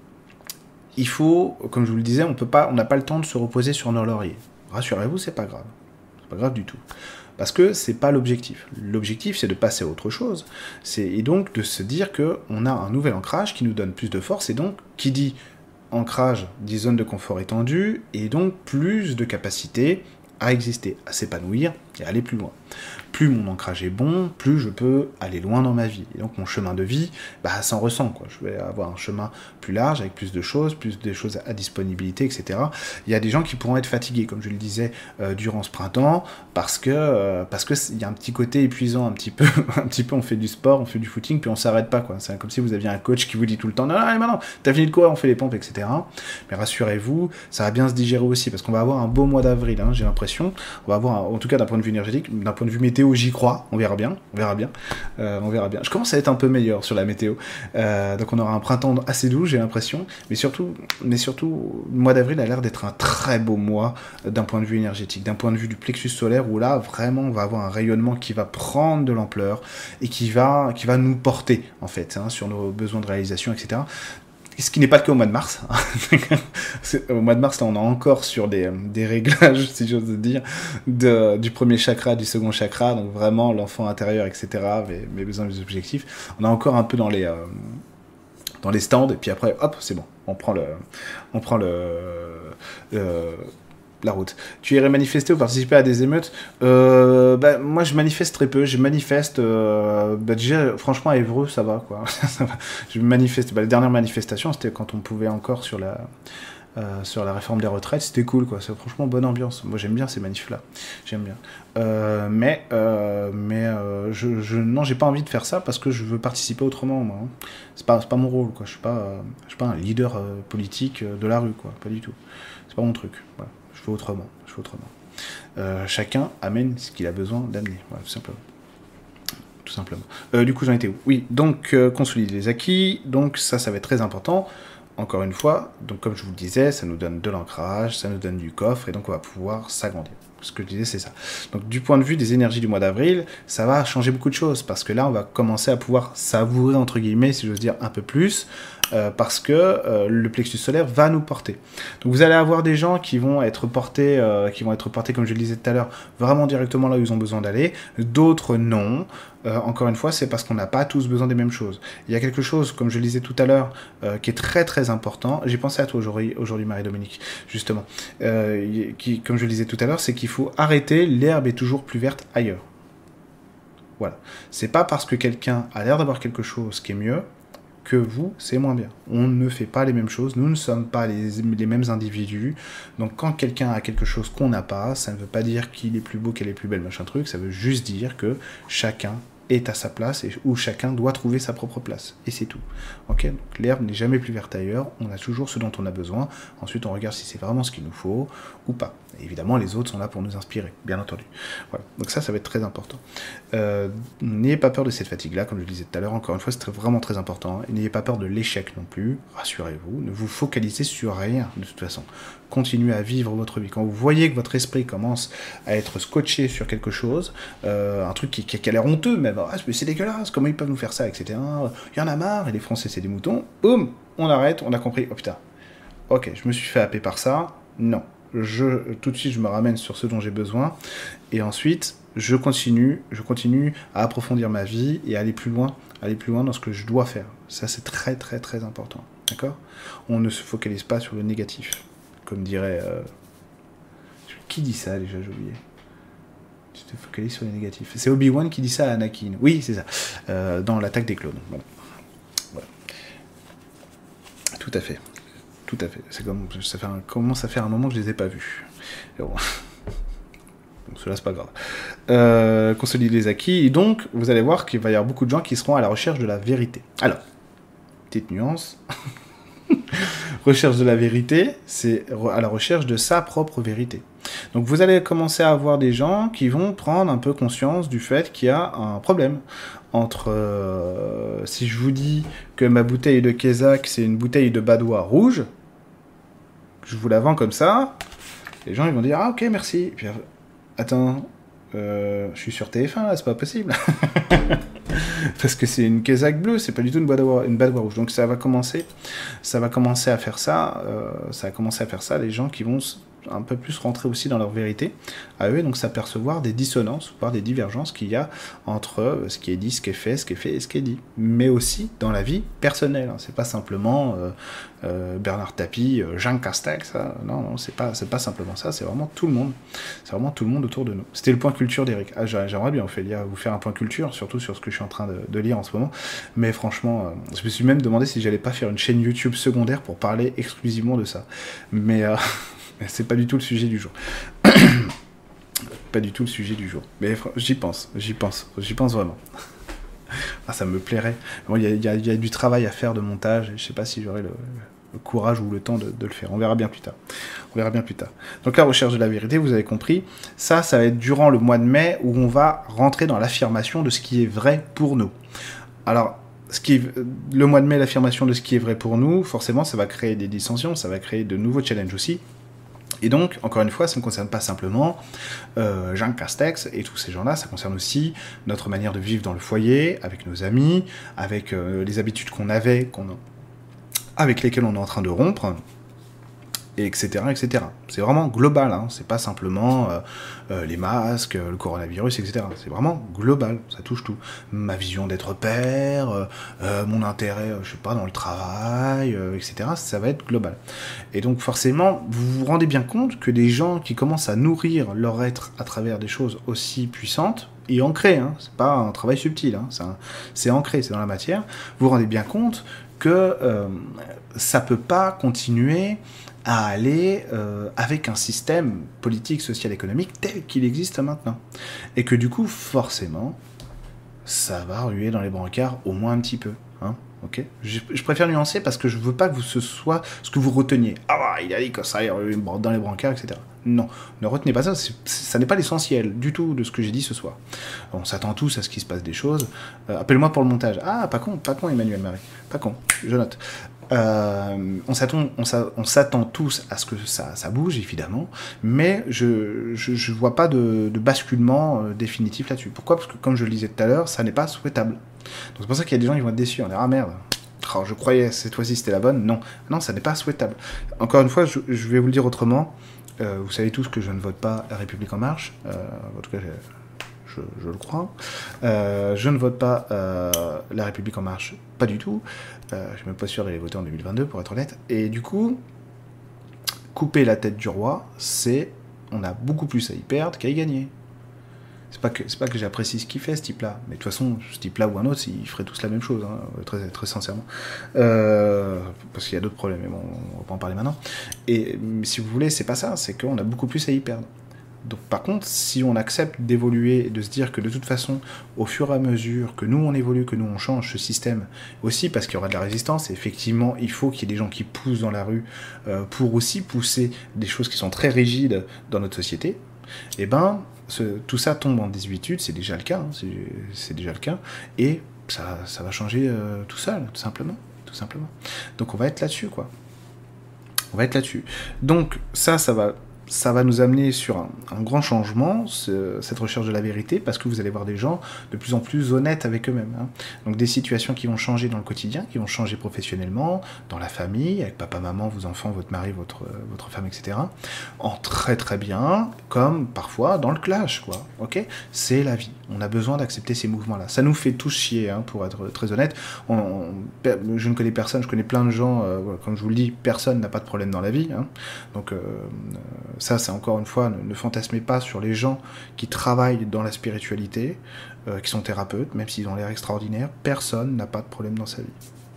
il faut, comme je vous le disais, on peut pas, on n'a pas le temps de se reposer sur nos lauriers. Rassurez-vous, c'est pas grave. C'est pas grave du tout. Parce que c'est pas l'objectif. L'objectif, c'est de passer à autre chose. Et donc de se dire qu'on a un nouvel ancrage qui nous donne plus de force, et donc, qui dit ancrage, dit zone de confort étendue, et donc plus de capacité à exister, à s'épanouir et à aller plus loin. Plus mon ancrage est bon, plus je peux aller loin dans ma vie. Et donc mon chemin de vie, bah, s'en ressent, quoi. Je vais avoir un chemin plus large, avec plus de choses, plus de choses à disponibilité, et cetera. Il y a des gens qui pourront être fatigués, comme je le disais, euh, durant ce printemps, parce que euh, parce que il y a un petit côté épuisant, un petit peu, un petit peu. On fait du sport, on fait du footing, puis on s'arrête pas, quoi. C'est comme si vous aviez un coach qui vous dit tout le temps, non, non, non, non, t'as fini de courir, on fait les pompes, et cetera. Mais rassurez-vous, ça va bien se digérer aussi, parce qu'on va avoir un beau mois d'avril, hein, j'ai l'impression. On va avoir, un, en tout cas d'un point de vue énergétique, d'un point de vue météo, j'y crois, on verra bien, on verra bien, euh, on verra bien. Je commence à être un peu meilleur sur la météo, euh, donc on aura un printemps assez doux, j'ai l'impression, mais surtout, mais surtout, le mois d'avril a l'air d'être un très beau mois d'un point de vue énergétique, d'un point de vue du plexus solaire, où là, vraiment, on va avoir un rayonnement qui va prendre de l'ampleur et qui va, qui va nous porter, en fait, hein, sur nos besoins de réalisation, et cetera. Ce qui n'est pas le cas au mois de mars. Au mois de mars, là, on est encore sur des, des réglages, si j'ose dire, de, du premier chakra, du second chakra, donc vraiment l'enfant intérieur, et cetera, mes, mes besoins, mes objectifs. On est encore un peu dans les, euh, dans les stands, et puis après, hop, c'est bon, on prend le, on prend le, euh, la route. Tu irais manifester ou participer à des émeutes? euh, bah, Moi, je manifeste très peu. Je manifeste... Euh, bah, déjà, franchement, à Évreux, ça va, quoi. Ça va. Je manifeste... Bah, les dernières manifestations, c'était quand on pouvait encore sur la... Euh, sur la réforme des retraites, c'était cool, quoi. C'est franchement bonne ambiance. Moi, j'aime bien ces manifs-là. J'aime bien. Euh, mais, euh, mais euh, je, je, non, j'ai pas envie de faire ça parce que je veux participer autrement, moi. Hein. C'est pas, c'est pas mon rôle, quoi. Je suis pas, euh, je suis pas un leader euh, politique de la rue, quoi. Pas du tout. C'est pas mon truc. Voilà. Je fais autrement. Je fais autrement. Euh, chacun amène ce qu'il a besoin d'amener. Voilà, tout simplement. Tout simplement. Euh, du coup, j'en étais où? Oui. Donc, euh, consolider les acquis. Donc, ça, ça va être très important. Encore une fois, donc comme je vous le disais, ça nous donne de l'ancrage, ça nous donne du coffre, et donc on va pouvoir s'agrandir. Ce que je disais, c'est ça. Donc du point de vue des énergies du mois d'avril, ça va changer beaucoup de choses, parce que là, on va commencer à pouvoir savourer, entre guillemets, si j'ose dire, un peu plus, euh, parce que euh, le plexus solaire va nous porter. Donc vous allez avoir des gens qui vont être portés, euh, qui vont être portés, comme je le disais tout à l'heure, vraiment directement là où ils ont besoin d'aller, d'autres non. Euh, encore une fois, c'est parce qu'on n'a pas tous besoin des mêmes choses. Il y a quelque chose, comme je le disais tout à l'heure, euh, qui est très très important. J'ai pensé à toi aujourd'hui, aujourd'hui Marie-Dominique, justement. Euh, qui, comme je le disais tout à l'heure, c'est qu'il faut arrêter, l'herbe est toujours plus verte ailleurs. Voilà. C'est pas parce que quelqu'un a l'air d'avoir quelque chose qui est mieux que vous, c'est moins bien. On ne fait pas les mêmes choses, nous ne sommes pas les, les mêmes individus. Donc quand quelqu'un a quelque chose qu'on n'a pas, ça ne veut pas dire qu'il est plus beau, qu'elle est plus belle, machin truc, ça veut juste dire que chacun est à sa place et où chacun doit trouver sa propre place. Et c'est tout. Ok, donc l'herbe n'est jamais plus verte ailleurs, on a toujours ce dont on a besoin. Ensuite, on regarde si c'est vraiment ce qu'il nous faut ou pas. Et évidemment, les autres sont là pour nous inspirer, bien entendu. Voilà. Donc ça, ça va être très important. Euh, n'ayez pas peur de cette fatigue-là, comme je le disais tout à l'heure. Encore une fois, c'est vraiment très important. Et n'ayez pas peur de l'échec non plus. Rassurez-vous. Ne vous focalisez sur rien, de toute façon. Continuez à vivre votre vie. Quand vous voyez que votre esprit commence à être scotché sur quelque chose, euh, un truc qui, qui, qui a l'air honteux, même, ah, c'est dégueulasse, comment ils peuvent nous faire ça, et cetera. Il y en a marre, et les Français, c'est des moutons. Boum, on arrête, on a compris. Oh putain, ok, je me suis fait happer par ça. Non, je, tout de suite, je me ramène sur ce dont j'ai besoin. Et ensuite, je continue, je continue à approfondir ma vie et à aller plus loin, aller plus loin dans ce que je dois faire. Ça, c'est très, très, très important. D'accord ? On ne se focalise pas sur le négatif. Comme dirait... Euh... Qui dit ça déjà, j'ai oublié. Tu te focalises sur les négatifs. C'est Obi-Wan qui dit ça à Anakin. Oui, c'est ça. Euh, dans l'attaque des clones. Bon. Voilà. Tout à fait. Tout à fait. C'est comme ça fait un... commence à faire un moment que je les ai pas vus. Bon. Donc cela c'est pas grave. Euh, consolider les acquis. Et donc, vous allez voir qu'il va y avoir beaucoup de gens qui seront à la recherche de la vérité. Alors, petite nuance. Recherche de la vérité, c'est à la recherche de sa propre vérité. Donc vous allez commencer à avoir des gens qui vont prendre un peu conscience du fait qu'il y a un problème entre... Euh, si je vous dis que ma bouteille de Kézak, c'est une bouteille de Badois rouge, je vous la vends comme ça, les gens ils vont dire « Ah ok, merci ». Et puis, attends, euh, je suis sur T F un là, c'est pas possible. Parce que c'est une Kézak bleue, c'est pas du tout une Badois, une Badois rouge. Donc ça va commencer, ça va commencer à faire ça, euh, ça va commencer à faire ça, les gens qui vont un peu plus rentrer aussi dans leur vérité à eux, et donc s'apercevoir des dissonances, voire des divergences qu'il y a entre ce qui est dit, ce qui est fait, ce qui est fait et ce qui est dit. Mais aussi dans la vie personnelle. Hein. C'est pas simplement euh, euh, Bernard Tapie, euh, Jean Castex, ça. Non, non, c'est pas, c'est pas simplement ça, c'est vraiment tout le monde. C'est vraiment tout le monde autour de nous. C'était le point culture d'Eric. Ah, j'aimerais bien Ophélia, vous faire un point culture, surtout sur ce que je suis en train de, de lire en ce moment. Mais franchement, euh, je me suis même demandé si j'allais pas faire une chaîne YouTube secondaire pour parler exclusivement de ça. Mais... Euh, c'est pas du tout le sujet du jour. Pas du tout le sujet du jour. Mais j'y pense, j'y pense, j'y pense vraiment. Ah, ça me plairait. Bon, il y, y, y a du travail à faire de montage, et je sais pas si j'aurai le, le courage ou le temps de, de le faire. On verra bien plus tard. On verra bien plus tard. Donc la recherche de la vérité, vous avez compris, ça, ça va être durant le mois de mai où on va rentrer dans l'affirmation de ce qui est vrai pour nous. Alors, ce qui est, le mois de mai, l'affirmation de ce qui est vrai pour nous, forcément, ça va créer des dissensions, ça va créer de nouveaux challenges aussi. Et donc, encore une fois, ça ne concerne pas simplement euh, Jean Castex et tous ces gens-là, ça concerne aussi notre manière de vivre dans le foyer, avec nos amis, avec euh, les habitudes qu'on avait, qu'on a, avec lesquelles on est en train de rompre, et etc., et cetera. C'est vraiment global, hein. C'est pas simplement euh, euh, les masques, le coronavirus, et cetera. C'est vraiment global, ça touche tout. Ma vision d'être père, euh, euh, mon intérêt, euh, je sais pas, dans le travail, euh, et cetera. Ça va être global. Et donc forcément, vous vous rendez bien compte que des gens qui commencent à nourrir leur être à travers des choses aussi puissantes, et ancrées, hein, c'est pas un travail subtil, hein, c'est ancré, c'est dans la matière, vous vous rendez bien compte que euh, ça peut pas continuer à aller euh, avec un système politique, social, économique tel qu'il existe maintenant. Et que du coup, forcément, ça va ruer dans les brancards au moins un petit peu. Hein, okay, je, je préfère nuancer parce que je veux pas que vous, ce soit ce que vous reteniez. Ah, il a dit que ça irait dans les brancards, et cetera. Non, ne retenez pas ça, ça n'est pas l'essentiel du tout de ce que j'ai dit ce soir. On s'attend tous à ce qu'il se passe des choses. Euh, Appelle-moi pour le montage. Ah, pas con, pas con Emmanuel Marie. Pas con, je note. Euh, on s'attend tous à ce que ça, ça bouge, évidemment, mais je ne vois pas de, de basculement euh, définitif là-dessus. Pourquoi ? Parce que, comme je le disais tout à l'heure, ça n'est pas souhaitable. Donc c'est pour ça qu'il y a des gens qui vont être déçus. On va dire, ah merde, oh, je croyais cette fois-ci c'était la bonne. Non, non, ça n'est pas souhaitable. Encore une fois, je, je vais vous le dire autrement. Euh, vous savez tous que je ne vote pas La République En Marche. Euh, en tout cas, je, je le crois. Euh, je ne vote pas euh, La République En Marche, pas du tout. Euh, je suis même pas sûr d'aller voter en deux mille vingt-deux, pour être honnête. Et du coup, couper la tête du roi, c'est... On a beaucoup plus à y perdre qu'à y gagner. C'est pas que, c'est pas que j'apprécie ce qu'il fait, ce type-là. Mais de toute façon, ce type-là ou un autre, ils feraient tous la même chose, hein, très, très sincèrement. Euh, parce qu'il y a d'autres problèmes, mais bon, on va pas en parler maintenant. Et si vous voulez, c'est pas ça, c'est qu'on a beaucoup plus à y perdre. Donc par contre, si on accepte d'évoluer et de se dire que de toute façon, au fur et à mesure que nous on évolue, que nous on change ce système, aussi parce qu'il y aura de la résistance, et effectivement il faut qu'il y ait des gens qui poussent dans la rue euh, pour aussi pousser des choses qui sont très rigides dans notre société, et ben ce, tout ça tombe en désuétude, c'est déjà le cas, hein, c'est, c'est déjà le cas, et ça, ça va changer euh, tout seul, tout simplement, tout simplement. Donc on va être là-dessus, quoi. On va être là-dessus. Donc ça, ça va... ça va nous amener sur un, un grand changement, ce, cette recherche de la vérité, parce que vous allez voir des gens de plus en plus honnêtes avec eux-mêmes. Hein. Donc des situations qui vont changer dans le quotidien, qui vont changer professionnellement, dans la famille, avec papa, maman, vos enfants, votre mari, votre, votre femme, et cetera. En très très bien, comme parfois dans le clash, quoi. Ok ? C'est la vie. On a besoin d'accepter ces mouvements-là. Ça nous fait tous chier, hein, pour être très honnête. On, on, je ne connais personne, je connais plein de gens, euh, voilà, comme je vous le dis, personne n'a pas de problème dans la vie. Hein. Donc euh, ça, c'est encore une fois, ne, ne fantasmez pas sur les gens qui travaillent dans la spiritualité, euh, qui sont thérapeutes, même s'ils ont l'air extraordinaires. Personne n'a pas de problème dans sa vie.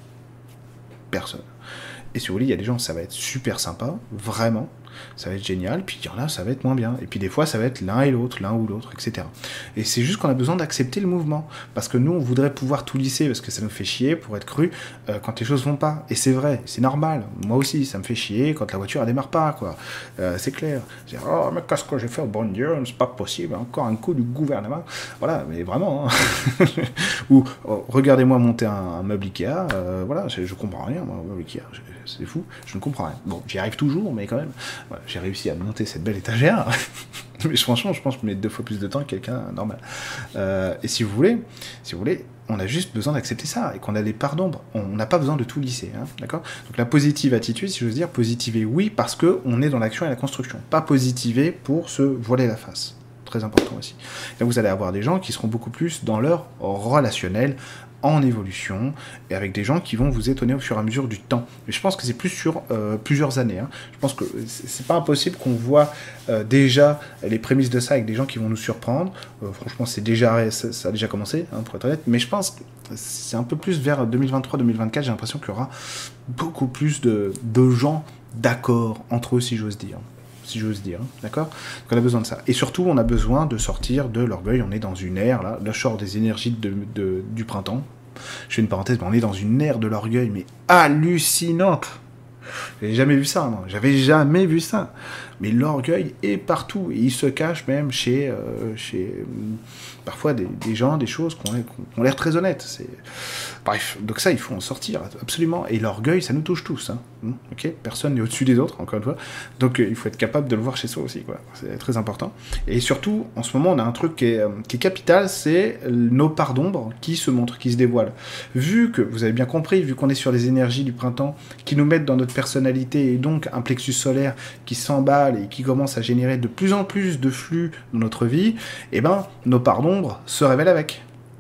Personne. Et si vous voulez, il y a des gens, ça va être super sympa, vraiment, ça va être génial, puis il y en a, ça va être moins bien. Et puis des fois, ça va être l'un et l'autre, l'un ou l'autre, et cetera. Et c'est juste qu'on a besoin d'accepter le mouvement. Parce que nous, on voudrait pouvoir tout lisser, parce que ça nous fait chier, pour être cru, euh, quand les choses vont pas. Et c'est vrai, c'est normal. Moi aussi, ça me fait chier quand la voiture, elle démarre pas, quoi. Euh, c'est clair. Je dis, oh, mais qu'est-ce que j'ai fait au bon Dieu, c'est pas possible, encore un coup du gouvernement. Voilà, mais vraiment. Hein. Ou, oh, regardez-moi monter un, un meuble Ikea, euh, voilà, je, je comprends rien, moi, un meuble Ikea. Je, c'est fou, je ne comprends rien. Bon, j'y arrive toujours, mais quand même, voilà, j'ai réussi à monter cette belle étagère. Mais franchement, je pense que je mets deux fois plus de temps que quelqu'un normal. Euh, et si vous voulez, si vous voulez, on a juste besoin d'accepter ça, et qu'on a des parts d'ombre. On n'a pas besoin de tout lisser, hein, d'accord ? Donc la positive attitude, si j'ose dire, positiver, oui, parce qu'on est dans l'action et la construction. Pas positiver pour se voiler la face. Très important aussi. Et vous allez avoir des gens qui seront beaucoup plus dans leur relationnel, en évolution, et avec des gens qui vont vous étonner au fur et à mesure du temps. Mais je pense que c'est plus sur euh, plusieurs années. Hein. Je pense que c'est pas impossible qu'on voit euh, déjà les prémices de ça avec des gens qui vont nous surprendre. Euh, franchement, c'est déjà, ça, ça a déjà commencé, hein, pour être honnête. Mais je pense que c'est un peu plus vers deux mille vingt-trois deux mille vingt-quatre, j'ai l'impression qu'il y aura beaucoup plus de, de gens d'accord entre eux, si j'ose dire. si j'ose dire, hein, d'accord ? Donc on a besoin de ça. Et surtout, on a besoin de sortir de l'orgueil. On est dans une ère, là, là je sors des énergies de, de, du printemps. Je fais une parenthèse, mais on est dans une ère de l'orgueil, mais hallucinante. J'avais jamais vu ça, moi. J'avais jamais vu ça. Mais l'orgueil est partout. Et il se cache même chez, euh, chez euh, parfois des, des gens, des choses qui ont, qui ont l'air très honnêtes. C'est... Bref, donc ça, il faut en sortir, absolument. Et l'orgueil, ça nous touche tous. Hein. Okay, personne n'est au-dessus des autres, encore une fois. Donc euh, il faut être capable de le voir chez soi aussi, quoi. C'est très important. Et surtout, en ce moment, on a un truc qui est, euh, qui est capital, c'est nos parts d'ombre qui se montrent, qui se dévoilent. Vu que, vous avez bien compris, vu qu'on est sur les énergies du printemps qui nous mettent dans notre personnalité, et donc un plexus solaire qui s'emballe et qui commence à générer de plus en plus de flux dans notre vie, eh ben, nos parts d'ombre se révèlent avec.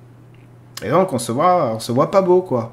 Et donc, on se voit, on se voit pas beau, quoi.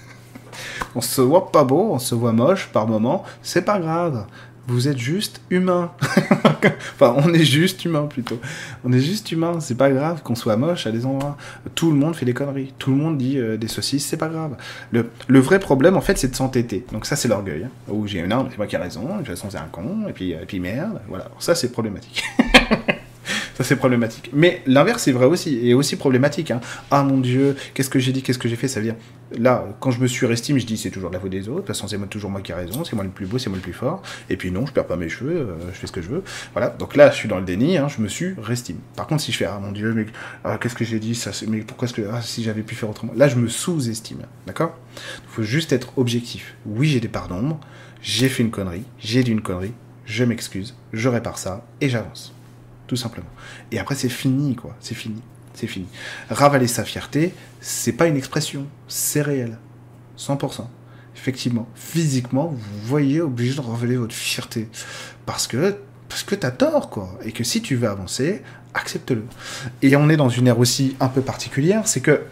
On se voit pas beau, on se voit moche par moment, c'est pas grave. Vous êtes juste humain. Enfin, on est juste humain, plutôt. On est juste humain, c'est pas grave qu'on soit moche à des endroits. Tout le monde fait des conneries. Tout le monde dit euh, des saucisses, c'est pas grave. Le, le vrai problème, en fait, c'est de s'entêter. Donc ça, c'est l'orgueil. Hein. Où j'ai, non, c'est moi qui ai raison, de toute façon, c'est un con, et puis, et puis merde. Voilà, alors, ça, c'est problématique. Ça, c'est problématique. Mais l'inverse est vrai aussi, et aussi problématique. Hein. Ah mon Dieu, qu'est-ce que j'ai dit, qu'est-ce que j'ai fait, ça veut dire... Là, quand je me surestime, je dis c'est toujours de la faute des autres, de toute façon c'est moi, toujours moi qui ai raison, c'est moi le plus beau, c'est moi le plus fort, et puis non, je perds pas mes cheveux, euh, je fais ce que je veux. Voilà, donc là, je suis dans le déni, hein, je me surestime. Par contre, si je fais, ah mon Dieu, mais ah, qu'est-ce que j'ai dit, ça, mais pourquoi est-ce que, ah, si j'avais pu faire autrement, là, je me sous-estime, d'accord ? Il faut juste être objectif. Oui, j'ai des parts d'ombre, j'ai fait une connerie, j'ai dit une connerie, je m'excuse, je répare ça, et j'avance. Tout simplement. Et après, c'est fini, quoi. C'est fini. C'est fini. Ravaler sa fierté, c'est pas une expression. C'est réel. cent pour cent. Effectivement. Physiquement, vous voyez obligé de ravaler votre fierté. Parce que, parce que t'as tort, quoi. Et que si tu veux avancer, accepte-le. Et on est dans une ère aussi un peu particulière, c'est que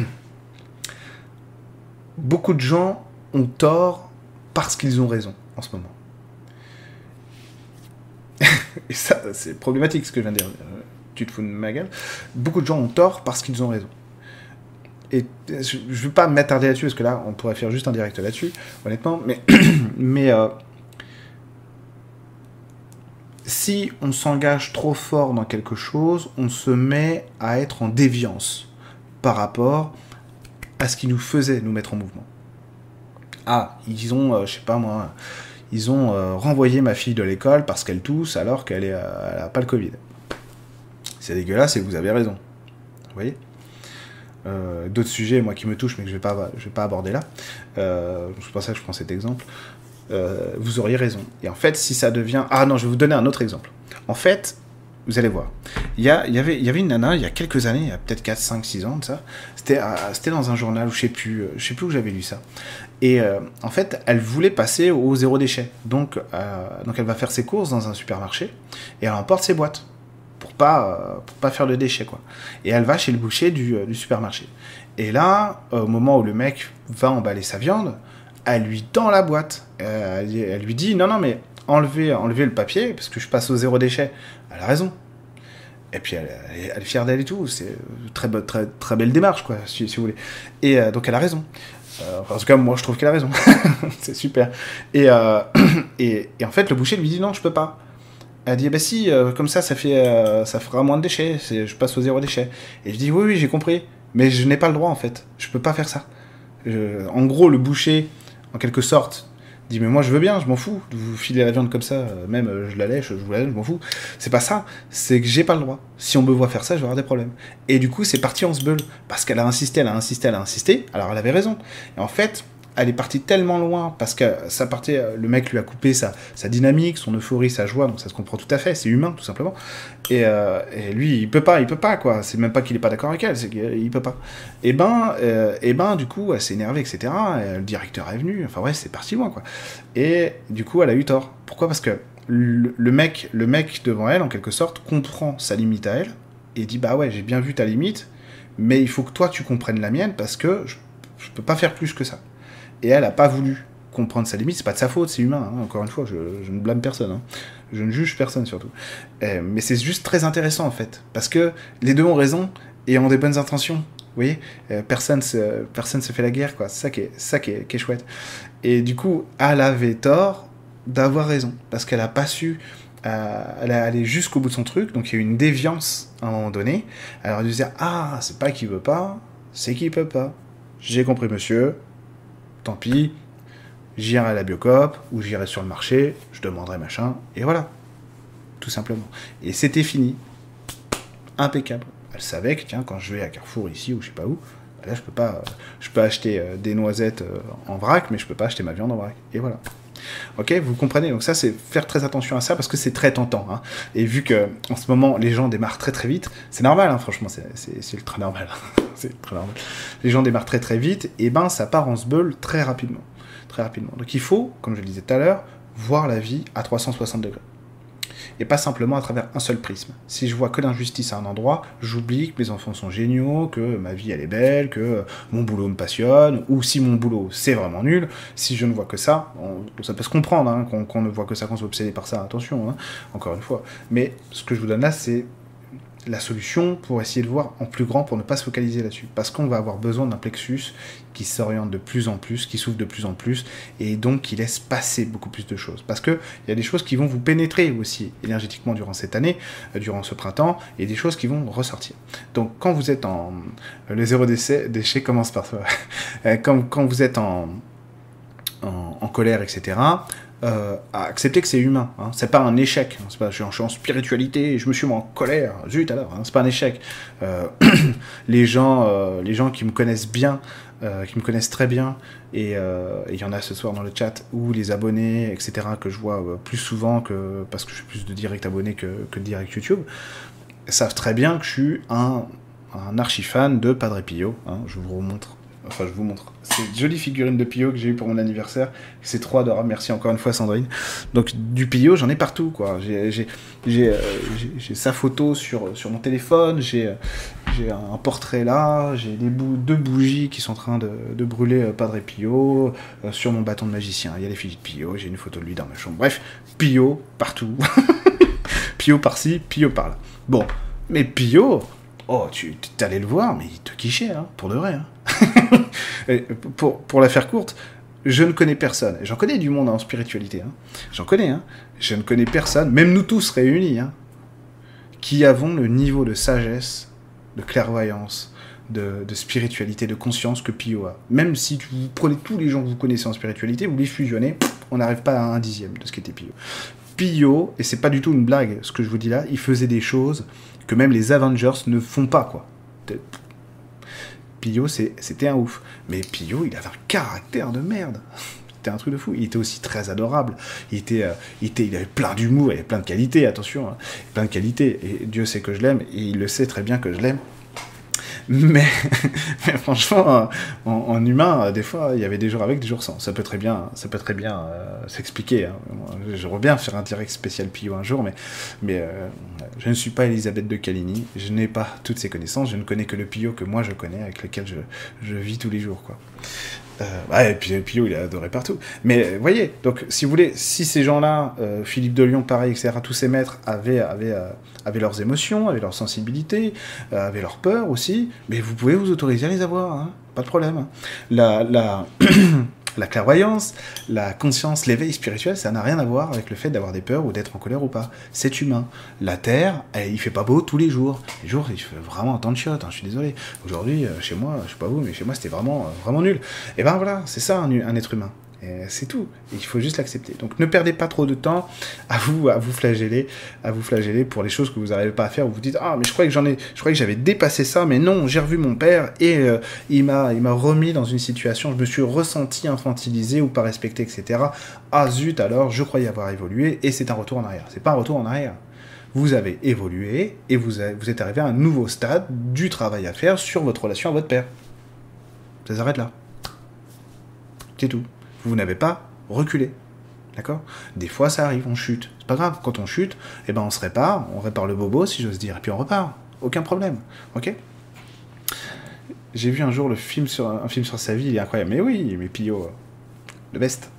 beaucoup de gens ont tort parce qu'ils ont raison, en ce moment. Et ça, c'est problématique ce que je viens de dire. Tu te fous de ma gueule. Beaucoup de gens ont tort parce qu'ils ont raison. Et je ne veux pas m'attarder là-dessus, parce que là, on pourrait faire juste un direct là-dessus, honnêtement. Mais, mais euh, si on s'engage trop fort dans quelque chose, on se met à être en déviance par rapport à ce qui nous faisait nous mettre en mouvement. Ah, ils ont, euh, je sais pas moi, ils ont euh, renvoyé ma fille de l'école parce qu'elle tousse alors qu'elle est, euh, elle a pas le Covid. C'est dégueulasse et vous avez raison. Vous voyez ? Euh, d'autres sujets, moi, qui me touchent, mais que je vais pas, je vais pas aborder là. Euh, c'est pour ça que je prends cet exemple. Euh, vous auriez raison. Et en fait, si ça devient... Ah non, je vais vous donner un autre exemple. En fait, vous allez voir. Il y, a, il, y avait, il y avait une nana, il y a quelques années, il y a peut-être quatre, cinq, six ans de ça. C'était, euh, c'était dans un journal, où je sais plus, euh, je sais plus où j'avais lu ça. Et euh, en fait, elle voulait passer au zéro déchet. Donc, euh, donc elle va faire ses courses dans un supermarché et elle emporte ses boîtes. Pour pas, euh, pour pas faire de déchets, quoi. Et elle va chez le boucher du, euh, du supermarché. Et là, au moment où le mec va emballer sa viande, elle lui tend la boîte. Euh, elle, elle lui dit, non, non, mais enlevez, enlevez le papier, parce que je passe au zéro déchet. Elle a raison. Et puis, elle, elle, elle est fière d'elle et tout. C'est une très, très, très belle démarche, quoi, si, si vous voulez. Et euh, donc, elle a raison. Euh, en tout cas, moi, je trouve qu'elle a raison. C'est super. Et, euh, et, et en fait, le boucher lui dit, non, je peux pas. Elle dit, bah si, euh, comme ça, ça, fait, euh, ça fera moins de déchets, c'est, je passe au zéro déchet. Et je dis, oui, oui, j'ai compris, mais je n'ai pas le droit, en fait, je peux pas faire ça. Je... En gros, le boucher, en quelque sorte, dit, mais moi, je veux bien, je m'en fous, de vous filer la viande comme ça, euh, même, euh, je la lèche, je vous la lèche, je m'en fous. C'est pas ça, c'est que j'ai pas le droit. Si on me voit faire ça, je vais avoir des problèmes. Et du coup, c'est parti en sbeul, parce qu'elle a insisté, elle a insisté, elle a insisté, alors elle avait raison. Et en fait... elle est partie tellement loin, parce que ça partait, le mec lui a coupé sa, sa dynamique, son euphorie, sa joie, donc ça se comprend tout à fait, c'est humain, tout simplement. Et, euh, et lui, il peut pas, il peut pas, quoi. C'est même pas qu'il est pas d'accord avec elle, c'est qu'il peut pas. Et ben, euh, et ben, du coup, elle s'est énervée, et cetera. Et le directeur est venu, enfin ouais, c'est parti loin, quoi. Et du coup, elle a eu tort. Pourquoi ? Parce que le, le mec, le mec devant elle, en quelque sorte, comprend sa limite à elle, et dit, bah ouais, j'ai bien vu ta limite, mais il faut que toi, tu comprennes la mienne, parce que je, je peux pas faire plus que ça. Et elle n'a pas voulu comprendre sa limite, c'est pas de sa faute, c'est humain, hein, encore une fois, je, je ne blâme personne, hein. Je ne juge personne surtout. Euh, mais c'est juste très intéressant en fait, parce que les deux ont raison et ont des bonnes intentions, vous voyez, euh, personne se, personne se fait la guerre, quoi, c'est ça, qui est, ça qui, est, qui est chouette. Et du coup, elle avait tort d'avoir raison, parce qu'elle n'a pas su, euh, elle est allée jusqu'au bout de son truc, donc il y a eu une déviance à un moment donné, elle aurait dû se dire, ah, c'est pas qu'il veut pas, c'est qu'il peut pas. J'ai compris monsieur, tant pis, j'irai à la Biocoop, ou j'irai sur le marché, je demanderai machin, et voilà. Tout simplement. Et c'était fini. Impeccable. Elle savait que, tiens, quand je vais à Carrefour ici, ou je sais pas où, là, je peux pas, je peux acheter euh, des noisettes euh, en vrac, mais je peux pas acheter ma viande en vrac. Et voilà. Ok, vous comprenez ? Donc ça, c'est faire très attention à ça, parce que c'est très tentant, hein. Et vu que, en ce moment, les gens démarrent très très vite, c'est normal, hein, franchement, c'est, c'est, c'est ultra normal. C'est très normal. Les gens démarrent très très vite, et ben, ça part en sbeul très rapidement. Très rapidement. Donc il faut, comme je le disais tout à l'heure, voir la vie à trois cent soixante degrés. Et pas simplement à travers un seul prisme. Si je vois que l'injustice à un endroit, j'oublie que mes enfants sont géniaux, que ma vie elle est belle, que mon boulot me passionne, ou si mon boulot c'est vraiment nul, si je ne vois que ça, on, ça peut se comprendre, hein, qu'on, qu'on ne voit que ça, qu'on soit obsédé par ça, attention, hein, encore une fois. Mais ce que je vous donne là, c'est la solution pour essayer de voir en plus grand, pour ne pas se focaliser là-dessus. Parce qu'on va avoir besoin d'un plexus qui s'oriente de plus en plus, qui s'ouvre de plus en plus, et donc qui laisse passer beaucoup plus de choses. Parce qu'il y a des choses qui vont vous pénétrer aussi énergétiquement durant cette année, euh, durant ce printemps, et des choses qui vont ressortir. Donc quand vous êtes en... Euh, le zéro déchet, déchet commence par ça. quand, quand vous êtes en, en, en colère, et cetera, Euh, à accepter que c'est humain, hein. C'est pas un échec, hein. C'est pas, je, suis en, je suis en spiritualité, je me suis mis en colère, zut alors, hein. C'est pas un échec. Euh, les gens, euh, les gens qui me connaissent bien, euh, qui me connaissent très bien, et il euh, y en a ce soir dans le chat, ou les abonnés, et cetera, que je vois euh, plus souvent, que, parce que je suis plus de direct abonné que, que de direct YouTube, savent très bien que je suis un, un archi-fan de Padre Pio, hein. Je vous remontre. Enfin, je vous montre cette jolie figurine de Pio que j'ai eu pour mon anniversaire. C'est trop adorable. Merci encore une fois, Sandrine. Donc, du Pio, j'en ai partout, quoi. J'ai, j'ai, j'ai, euh, j'ai, j'ai sa photo sur, sur mon téléphone. J'ai, j'ai un portrait là. J'ai des bou- deux bougies qui sont en train de, de brûler euh, Padre Pio. Euh, sur mon bâton de magicien, il y a l'effigie de Pio. J'ai une photo de lui dans ma chambre. Bref, Pio partout. Pio par-ci, Pio par-là. Bon, mais Pio... Oh, tu t'allais le voir, mais il te quichait, hein, pour de vrai. Hein. Et pour, pour la faire courte, je ne connais personne, j'en connais du monde en spiritualité, hein. J'en connais, hein. Je ne connais personne, même nous tous réunis, hein, qui avons le niveau de sagesse, de clairvoyance, de, de spiritualité, de conscience que Pio a. Même si vous prenez tous les gens que vous connaissez en spiritualité, vous les fusionnez, on n'arrive pas à un dixième de ce qu'était Pio. Pio, et c'est pas du tout une blague ce que je vous dis là, il faisait des choses que même les Avengers ne font pas, quoi. Pio, c'était un ouf. Mais Pio, il avait un caractère de merde. C'était un truc de fou. Il était aussi très adorable. Il, était, euh, il, était, il avait plein d'humour, il avait plein de qualités, attention. Hein. Plein de qualités. Et Dieu sait que je l'aime, et il le sait très bien que je l'aime. Mais, mais franchement, en, en humain, des fois, il y avait des jours avec, des jours sans. Ça peut très bien, ça peut très bien euh, s'expliquer. Hein. J'aimerais bien faire un direct spécial Pio un jour, mais, mais euh, je ne suis pas Elisabeth de Caligny. Je n'ai pas toutes ces connaissances. Je ne connais que le Pio que moi je connais, avec lequel je, je vis tous les jours, quoi. Euh, ouais, et puis Pio, il est adoré partout. Mais vous voyez, donc si vous voulez, si ces gens-là, euh, Philippe de Lyon, pareil, et cetera, tous ces maîtres avaient, avaient, euh, avaient leurs émotions, avaient leur sensibilité, euh, avaient leur peur aussi, mais vous pouvez vous autoriser à les avoir, hein, pas de problème. Hein. La, la, la clairvoyance, la conscience, l'éveil spirituel, ça n'a rien à voir avec le fait d'avoir des peurs ou d'être en colère ou pas. C'est humain. La Terre, elle, il fait pas beau tous les jours. Les jours, il fait vraiment un temps de chiottes, hein, je suis désolé. Aujourd'hui, euh, chez moi, je sais pas vous, mais chez moi, c'était vraiment, euh, vraiment nul. Et ben voilà, c'est ça un, un être humain. C'est tout. Et il faut juste l'accepter. Donc ne perdez pas trop de temps à vous, à vous flageller, à vous flageller pour les choses que vous n'arrivez pas à faire. Où vous dites ah mais je croyais que j'en ai, je croyais que j'avais dépassé ça, mais non, j'ai revu mon père et euh, il m'a, il m'a remis dans une situation. Je me suis ressenti infantilisé ou pas respecté, et cetera. Ah zut alors, je croyais avoir évolué et c'est un retour en arrière. C'est pas un retour en arrière. Vous avez évolué et vous, avez, vous êtes arrivé à un nouveau stade du travail à faire sur votre relation à votre père. Ça s'arrête là. C'est tout. Vous n'avez pas reculé, d'accord? Des fois, ça arrive, on chute. C'est pas grave, quand on chute, eh ben, on se répare, on répare le bobo, si j'ose dire, et puis on repart. Aucun problème, ok? J'ai vu un jour le film sur, un film sur sa vie, il est incroyable. Mais oui, mais Pio, le best.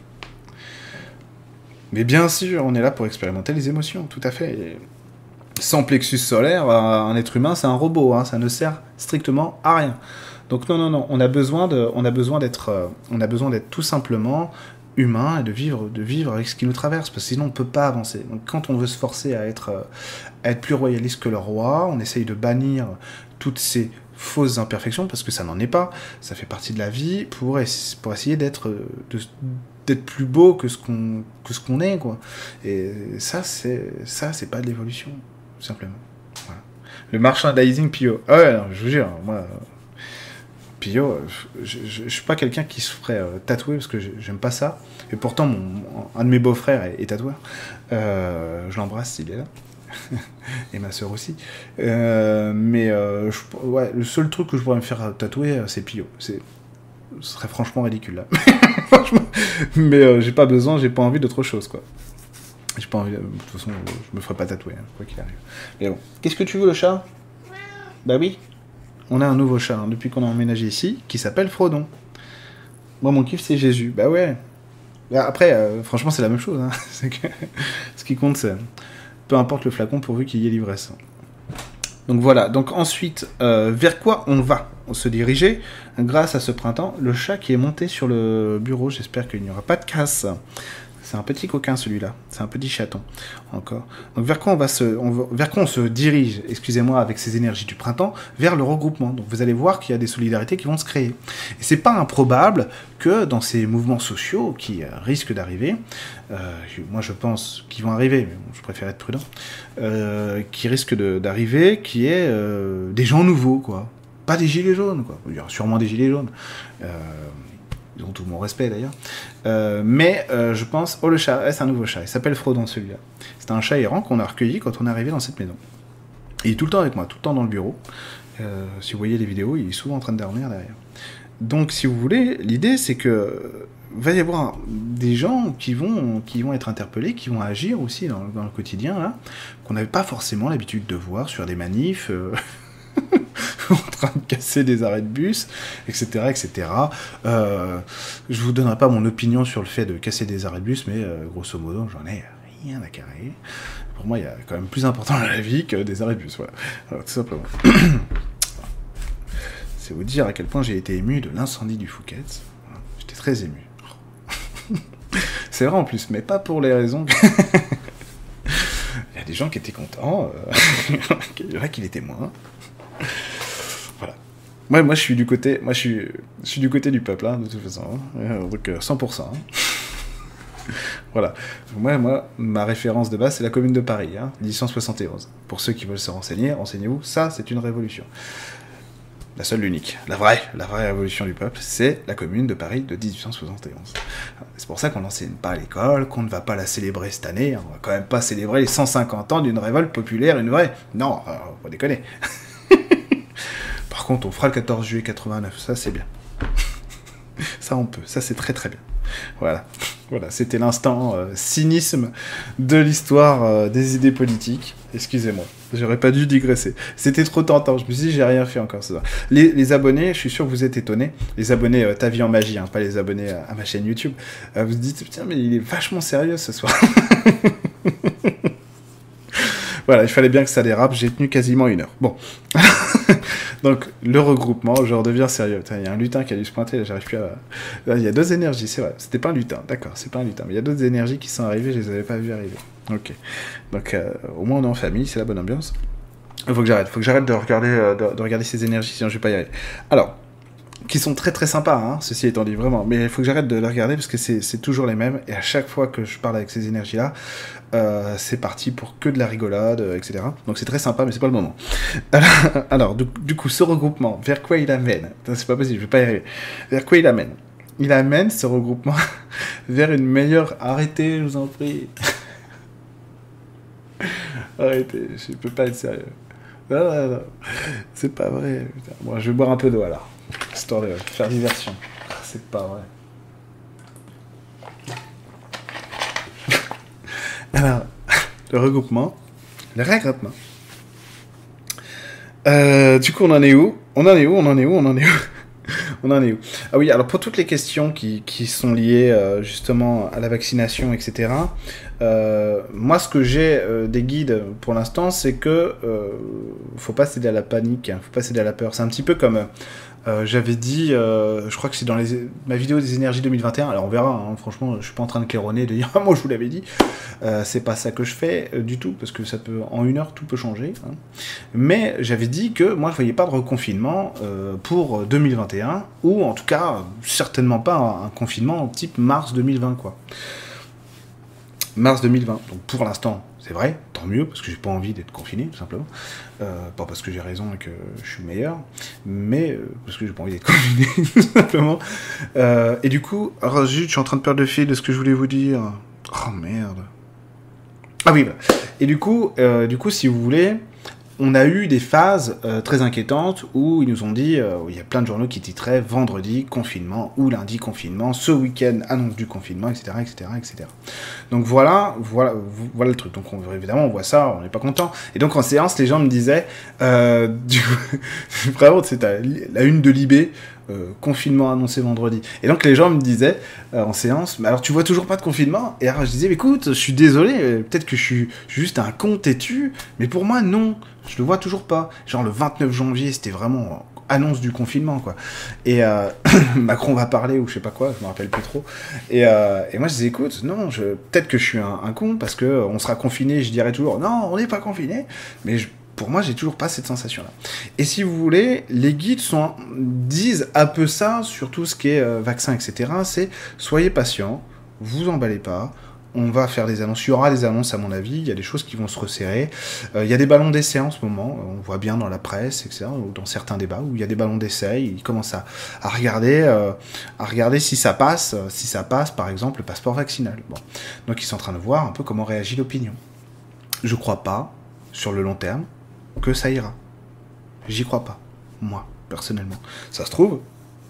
Mais bien sûr, on est là pour expérimenter les émotions, tout à fait. Et sans plexus solaire, un être humain, c'est un robot, hein, ça ne sert strictement à rien. Donc non, non, non, on a besoin de, on a besoin d'être, euh, on a besoin d'être tout simplement humain et de vivre, de vivre avec ce qui nous traverse, parce que sinon on ne peut pas avancer. Donc quand on veut se forcer à être, euh, à être plus royaliste que le roi, on essaye de bannir toutes ces fausses imperfections, parce que ça n'en est pas, ça fait partie de la vie, pour, es- pour essayer d'être, de, d'être plus beau que ce qu'on, que ce qu'on est, quoi. Et ça, c'est, ça, c'est pas de l'évolution, tout simplement. Voilà. Le merchandising Pio. Ah ouais, non, je vous jure, moi. Pio, je, je, je suis pas quelqu'un qui se ferait euh, tatouer parce que j'aime pas ça. Et pourtant, mon, un de mes beaux-frères est, est tatoueur. Euh, je l'embrasse s'il est là. Et ma sœur aussi. Euh, mais euh, je, ouais, le seul truc que je pourrais me faire tatouer, c'est Pio. C'est, ce serait franchement ridicule là. Franchement. Mais euh, j'ai pas besoin, j'ai pas envie d'autre chose, quoi. J'ai pas envie. De toute façon, je me ferai pas tatouer, hein, quoi qu'il arrive. Mais bon. Qu'est-ce que tu veux, le chat? Bah oui. On a un nouveau chat, hein, depuis qu'on a emménagé ici, qui s'appelle Frodon. Moi, mon kiff, c'est Jésus. Bah ouais. Après, euh, franchement, c'est la même chose. Hein. C'est que... Ce qui compte, c'est... Peu importe le flacon, pourvu qu'il y ait l'ivresse. Donc voilà. Donc ensuite, euh, vers quoi on va on se diriger grâce à ce printemps. Le chat qui est monté sur le bureau, j'espère qu'il n'y aura pas de casse. C'est un petit coquin, celui-là. C'est un petit chaton, encore. Donc, vers quoi on va se, on va, vers quoi on se dirige, excusez-moi, avec ces énergies du printemps? Vers le regroupement. Donc, vous allez voir qu'il y a des solidarités qui vont se créer. Et c'est pas improbable que dans ces mouvements sociaux qui euh, risquent d'arriver, euh, moi, je pense qu'ils vont arriver, mais bon, je préfère être prudent, euh, qui risquent de, d'arriver, qui est euh, des gens nouveaux, quoi. Pas des gilets jaunes, quoi. Il y aura sûrement des gilets jaunes. Euh, Ils ont tout mon respect d'ailleurs. Euh, mais euh, je pense... Oh, le chat, ouais, c'est un nouveau chat. Il s'appelle Frodon, celui-là. C'est un chat errant qu'on a recueilli quand on est arrivé dans cette maison. Il est tout le temps avec moi, tout le temps dans le bureau. Euh, si vous voyez les vidéos, il est souvent en train de dormir derrière. Donc, si vous voulez, l'idée, c'est que va y avoir des gens qui vont, qui vont être interpellés, qui vont agir aussi dans, dans le quotidien, là, qu'on n'avait pas forcément l'habitude de voir sur des manifs... Euh... en train de casser des arrêts de bus, et cetera, et cetera. Euh, je vous donnerai pas mon opinion sur le fait de casser des arrêts de bus, mais euh, grosso modo, j'en ai rien à carrer. Pour moi, il y a quand même plus important dans la vie que des arrêts de bus, voilà. Alors, tout simplement. C'est vous dire à quel point j'ai été ému de l'incendie du Fouquet's. Voilà. J'étais très ému. C'est vrai en plus, mais pas pour les raisons... Il y a des gens qui étaient contents, euh... il y en a qui l'étaient moins. Voilà. Ouais, moi je suis du côté, moi je suis, je suis du côté du peuple, hein, de toute façon. Hein. Donc euh, cent pour cent. Hein. Voilà. Moi, moi, ma référence de base, c'est la Commune de Paris, hein, dix-huit cent soixante et onze. Pour ceux qui veulent se renseigner, renseignez-vous, ça c'est une révolution. La seule, l'unique, la vraie, la vraie révolution du peuple, c'est la Commune de Paris de dix-huit cent soixante et onze. C'est pour ça qu'on n'enseigne pas à l'école, qu'on ne va pas la célébrer cette année. On va quand même pas célébrer les cent cinquante ans d'une révolte populaire, une vraie. Non, euh, on va déconner. Par contre, on fera le quatorze juillet quatre-vingt-neuf, ça c'est bien. Ça on peut, ça c'est très très bien. Voilà, voilà, c'était l'instant euh, cynisme de l'histoire euh, des idées politiques. Excusez-moi, j'aurais pas dû digresser. C'était trop tentant, je me suis dit j'ai rien fait encore ce soir. Les, les abonnés, je suis sûr que vous êtes étonnés, les abonnés euh, Ta Vie en Magie, hein, pas les abonnés à, à ma chaîne YouTube, euh, vous vous dites, putain mais il est vachement sérieux ce soir. Voilà, il fallait bien que ça dérape, j'ai tenu quasiment une heure. Bon. Donc, le regroupement, je redeviens sérieux. Il y a un lutin qui a dû se pointer, là, j'arrive plus à... Là, il y a deux énergies, c'est vrai. C'était pas un lutin, d'accord, c'est pas un lutin. Mais il y a d'autres énergies qui sont arrivées, je les avais pas vues arriver. Ok. Donc, euh, au moins on est en famille, c'est la bonne ambiance. Il faut que j'arrête, faut que j'arrête de regarder, euh, de, de regarder ces énergies, sinon je vais pas y arriver. Alors, qui sont très très sympas, hein, ceci étant dit, vraiment. Mais il faut que j'arrête de les regarder parce que c'est, c'est toujours les mêmes. Et à chaque fois que je parle avec ces énergies-là, euh, c'est parti pour que de la rigolade, euh, et cetera. Donc c'est très sympa, mais c'est pas le moment. Alors, alors du, du coup, ce regroupement, vers quoi il amène? C'est pas possible, je vais pas y arriver. Vers quoi il amène? Il amène ce regroupement vers une meilleure... Arrêtez, je vous en prie. Arrêtez, je peux pas être sérieux. Non, non, non. C'est pas vrai. Putain. Bon, je vais boire un peu d'eau alors. Histoire de faire diversion. C'est pas vrai. Alors, le regroupement, le regroupement. Euh, du coup, on en est où? On en est où? On en est où? On en est où? On en est où? Ah oui, alors pour toutes les questions qui, qui sont liées euh, justement à la vaccination, et cetera, euh, moi ce que j'ai euh, des guides pour l'instant, c'est que euh, faut pas céder à la panique, hein, faut pas céder à la peur. C'est un petit peu comme... Euh, j'avais dit, euh, je crois que c'est dans les, ma vidéo des énergies deux mille vingt et un, alors on verra, hein, franchement je suis pas en train de claironner, de dire ah, moi je vous l'avais dit, euh, c'est pas ça que je fais euh, du tout, parce que ça peut, en une heure tout peut changer, hein. Mais j'avais dit que moi je voyais pas de reconfinement euh, pour deux mille vingt et un, ou en tout cas certainement pas un, un confinement type mars deux mille vingt quoi. Mars deux mille vingt, donc pour l'instant c'est vrai, tant mieux, parce que j'ai pas envie d'être confiné, tout simplement. Euh, pas parce que j'ai raison et que je suis meilleur, mais euh, parce que j'ai pas envie d'être confiné, tout simplement. Euh, et du coup, alors zut, je suis en train de perdre le fil de ce que je voulais vous dire. Oh merde. Ah oui, voilà. Et du coup, euh, du coup, si vous voulez, on a eu des phases euh, très inquiétantes où ils nous ont dit, euh, il y a plein de journaux qui titraient vendredi confinement ou lundi confinement, ce week-end annonce du confinement, et cetera, et cetera, et cetera. Donc voilà, voilà, voilà le truc. Donc on, évidemment on voit ça, on n'est pas content. Et donc en séance, les gens me disaient, euh, du coup, vraiment c'est la une de Libé. Euh, confinement annoncé vendredi. Et donc les gens me disaient euh, en séance, mais alors tu vois toujours pas de confinement? Et alors je disais, mais écoute, je suis désolé, euh, peut-être que je suis, je suis juste un con têtu, mais pour moi non, je le vois toujours pas. Genre le vingt-neuf janvier, c'était vraiment annonce du confinement quoi. Et euh, Macron va parler ou je sais pas quoi, je me rappelle plus trop. Et, euh, et moi je disais, écoute, non, je, peut-être que je suis un, un con parce que on sera confiné, je dirais toujours, non, on n'est pas confiné, mais je pour moi, j'ai toujours pas cette sensation-là. Et si vous voulez, les guides sont, disent un peu ça sur tout ce qui est euh, vaccin, et cetera. C'est soyez patient, vous emballez pas. On va faire des annonces. Il y aura des annonces, à mon avis. Il y a des choses qui vont se resserrer. Euh, il y a des ballons d'essai en ce moment. On voit bien dans la presse, et cetera. Ou dans certains débats où il y a des ballons d'essai. Ils commencent à, à regarder, euh, à regarder si ça passe, si ça passe, par exemple, le passeport vaccinal. Bon. Donc ils sont en train de voir un peu comment réagit l'opinion. Je crois pas, sur le long terme, que ça ira. J'y crois pas, moi, personnellement. Ça se trouve,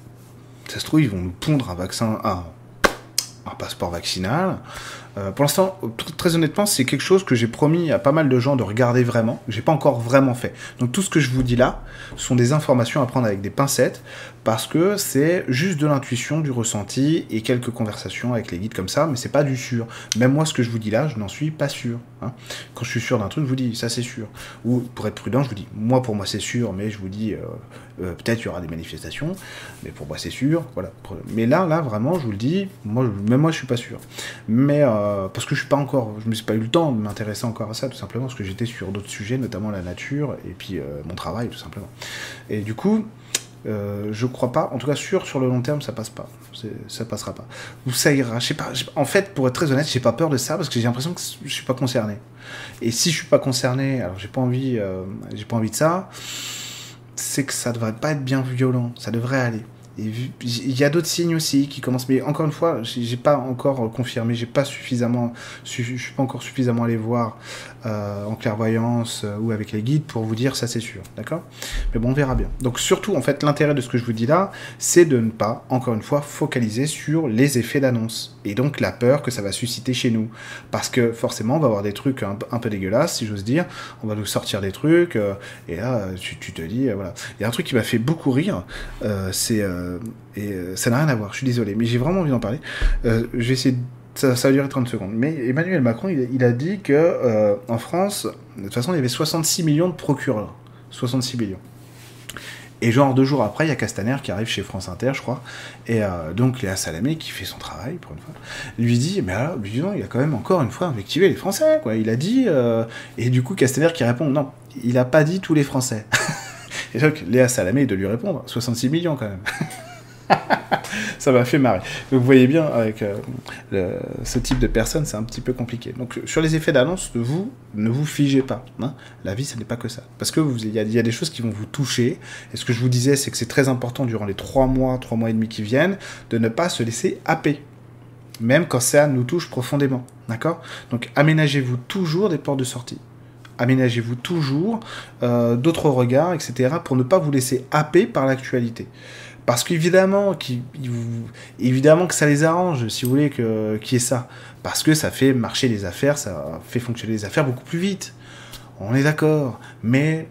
ça se trouve, ils vont nous pondre un vaccin, un, un passeport vaccinal. Euh, pour l'instant, très honnêtement, c'est quelque chose que j'ai promis à pas mal de gens de regarder vraiment, que j'ai pas encore vraiment fait. Donc tout ce que je vous dis là, sont des informations à prendre avec des pincettes, parce que c'est juste de l'intuition, du ressenti, et quelques conversations avec les guides comme ça, mais c'est pas du sûr. Même moi, ce que je vous dis là, je n'en suis pas sûr. Hein. Quand je suis sûr d'un truc, je vous dis, ça c'est sûr. Ou, pour être prudent, je vous dis, moi pour moi c'est sûr, mais je vous dis, euh, Euh, peut-être il y aura des manifestations, mais pour moi c'est sûr. Voilà. Mais là, là vraiment, je vous le dis, moi, même moi je suis pas sûr. Mais euh, parce que je suis pas encore, je me suis pas eu le temps de m'intéresser encore à ça, tout simplement parce que j'étais sur d'autres sujets, notamment la nature et puis euh, mon travail, tout simplement. Et du coup. Euh, je crois pas, en tout cas sûr sur le long terme ça passe pas, ça passera pas. Ou ça ira, je sais pas. En fait, pour être très honnête, j'ai pas peur de ça parce que j'ai l'impression que je suis pas concerné. Et si je suis pas concerné, alors j'ai pas envie, euh, j'ai pas envie de ça. C'est que ça devrait pas être bien violent, ça devrait aller. Et il y a d'autres signes aussi qui commencent, mais encore une fois, j'ai pas encore confirmé, j'ai pas suffisamment, je suis pas encore suffisamment allé voir euh, en clairvoyance euh, ou avec les guides pour vous dire ça c'est sûr, d'accord ? Mais bon, on verra bien. Donc surtout, en fait, l'intérêt de ce que je vous dis là, c'est de ne pas, encore une fois, focaliser sur les effets d'annonce et donc la peur que ça va susciter chez nous, parce que forcément, on va avoir des trucs un, un peu dégueulasses, si j'ose dire, on va nous sortir des trucs euh, et là, tu, tu te dis, euh, voilà. Il y a un truc qui m'a fait beaucoup rire, euh, c'est euh, et euh, ça n'a rien à voir, je suis désolé, mais j'ai vraiment envie d'en parler. Euh, je vais essayer de... ça, ça va durer trente secondes. Mais Emmanuel Macron, il, il a dit que euh, en France, de toute façon, il y avait soixante-six millions de procureurs. soixante-six millions. Et genre deux jours après, il y a Castaner qui arrive chez France Inter, je crois. Et euh, donc Léa Salamé, qui fait son travail, pour une fois, lui dit, mais alors, lui dit non, il a quand même encore une fois invectivé les Français, quoi. Il a dit... Euh... Et du coup, Castaner qui répond, non, il a pas dit tous les Français. Et donc, Léa Salamé de lui répondre, soixante-six millions quand même. Ça m'a fait marrer. Donc vous voyez bien, avec euh, le, ce type de personnes, c'est un petit peu compliqué. Donc sur les effets d'annonce, vous ne vous figez pas. Hein. La vie, ce n'est pas que ça. Parce que il y, y a des choses qui vont vous toucher. Et ce que je vous disais, c'est que c'est très important durant les trois mois, trois mois et demi qui viennent, de ne pas se laisser happer. Même quand ça nous touche profondément. D'accord ? Donc aménagez-vous toujours des portes de sortie. Aménagez-vous toujours euh, d'autres regards, et cetera, pour ne pas vous laisser happer par l'actualité. Parce qu'évidemment, qui, évidemment que ça les arrange, si vous voulez, que, qu'il y ait ça. Parce que ça fait marcher les affaires, ça fait fonctionner les affaires beaucoup plus vite. On est d'accord. Mais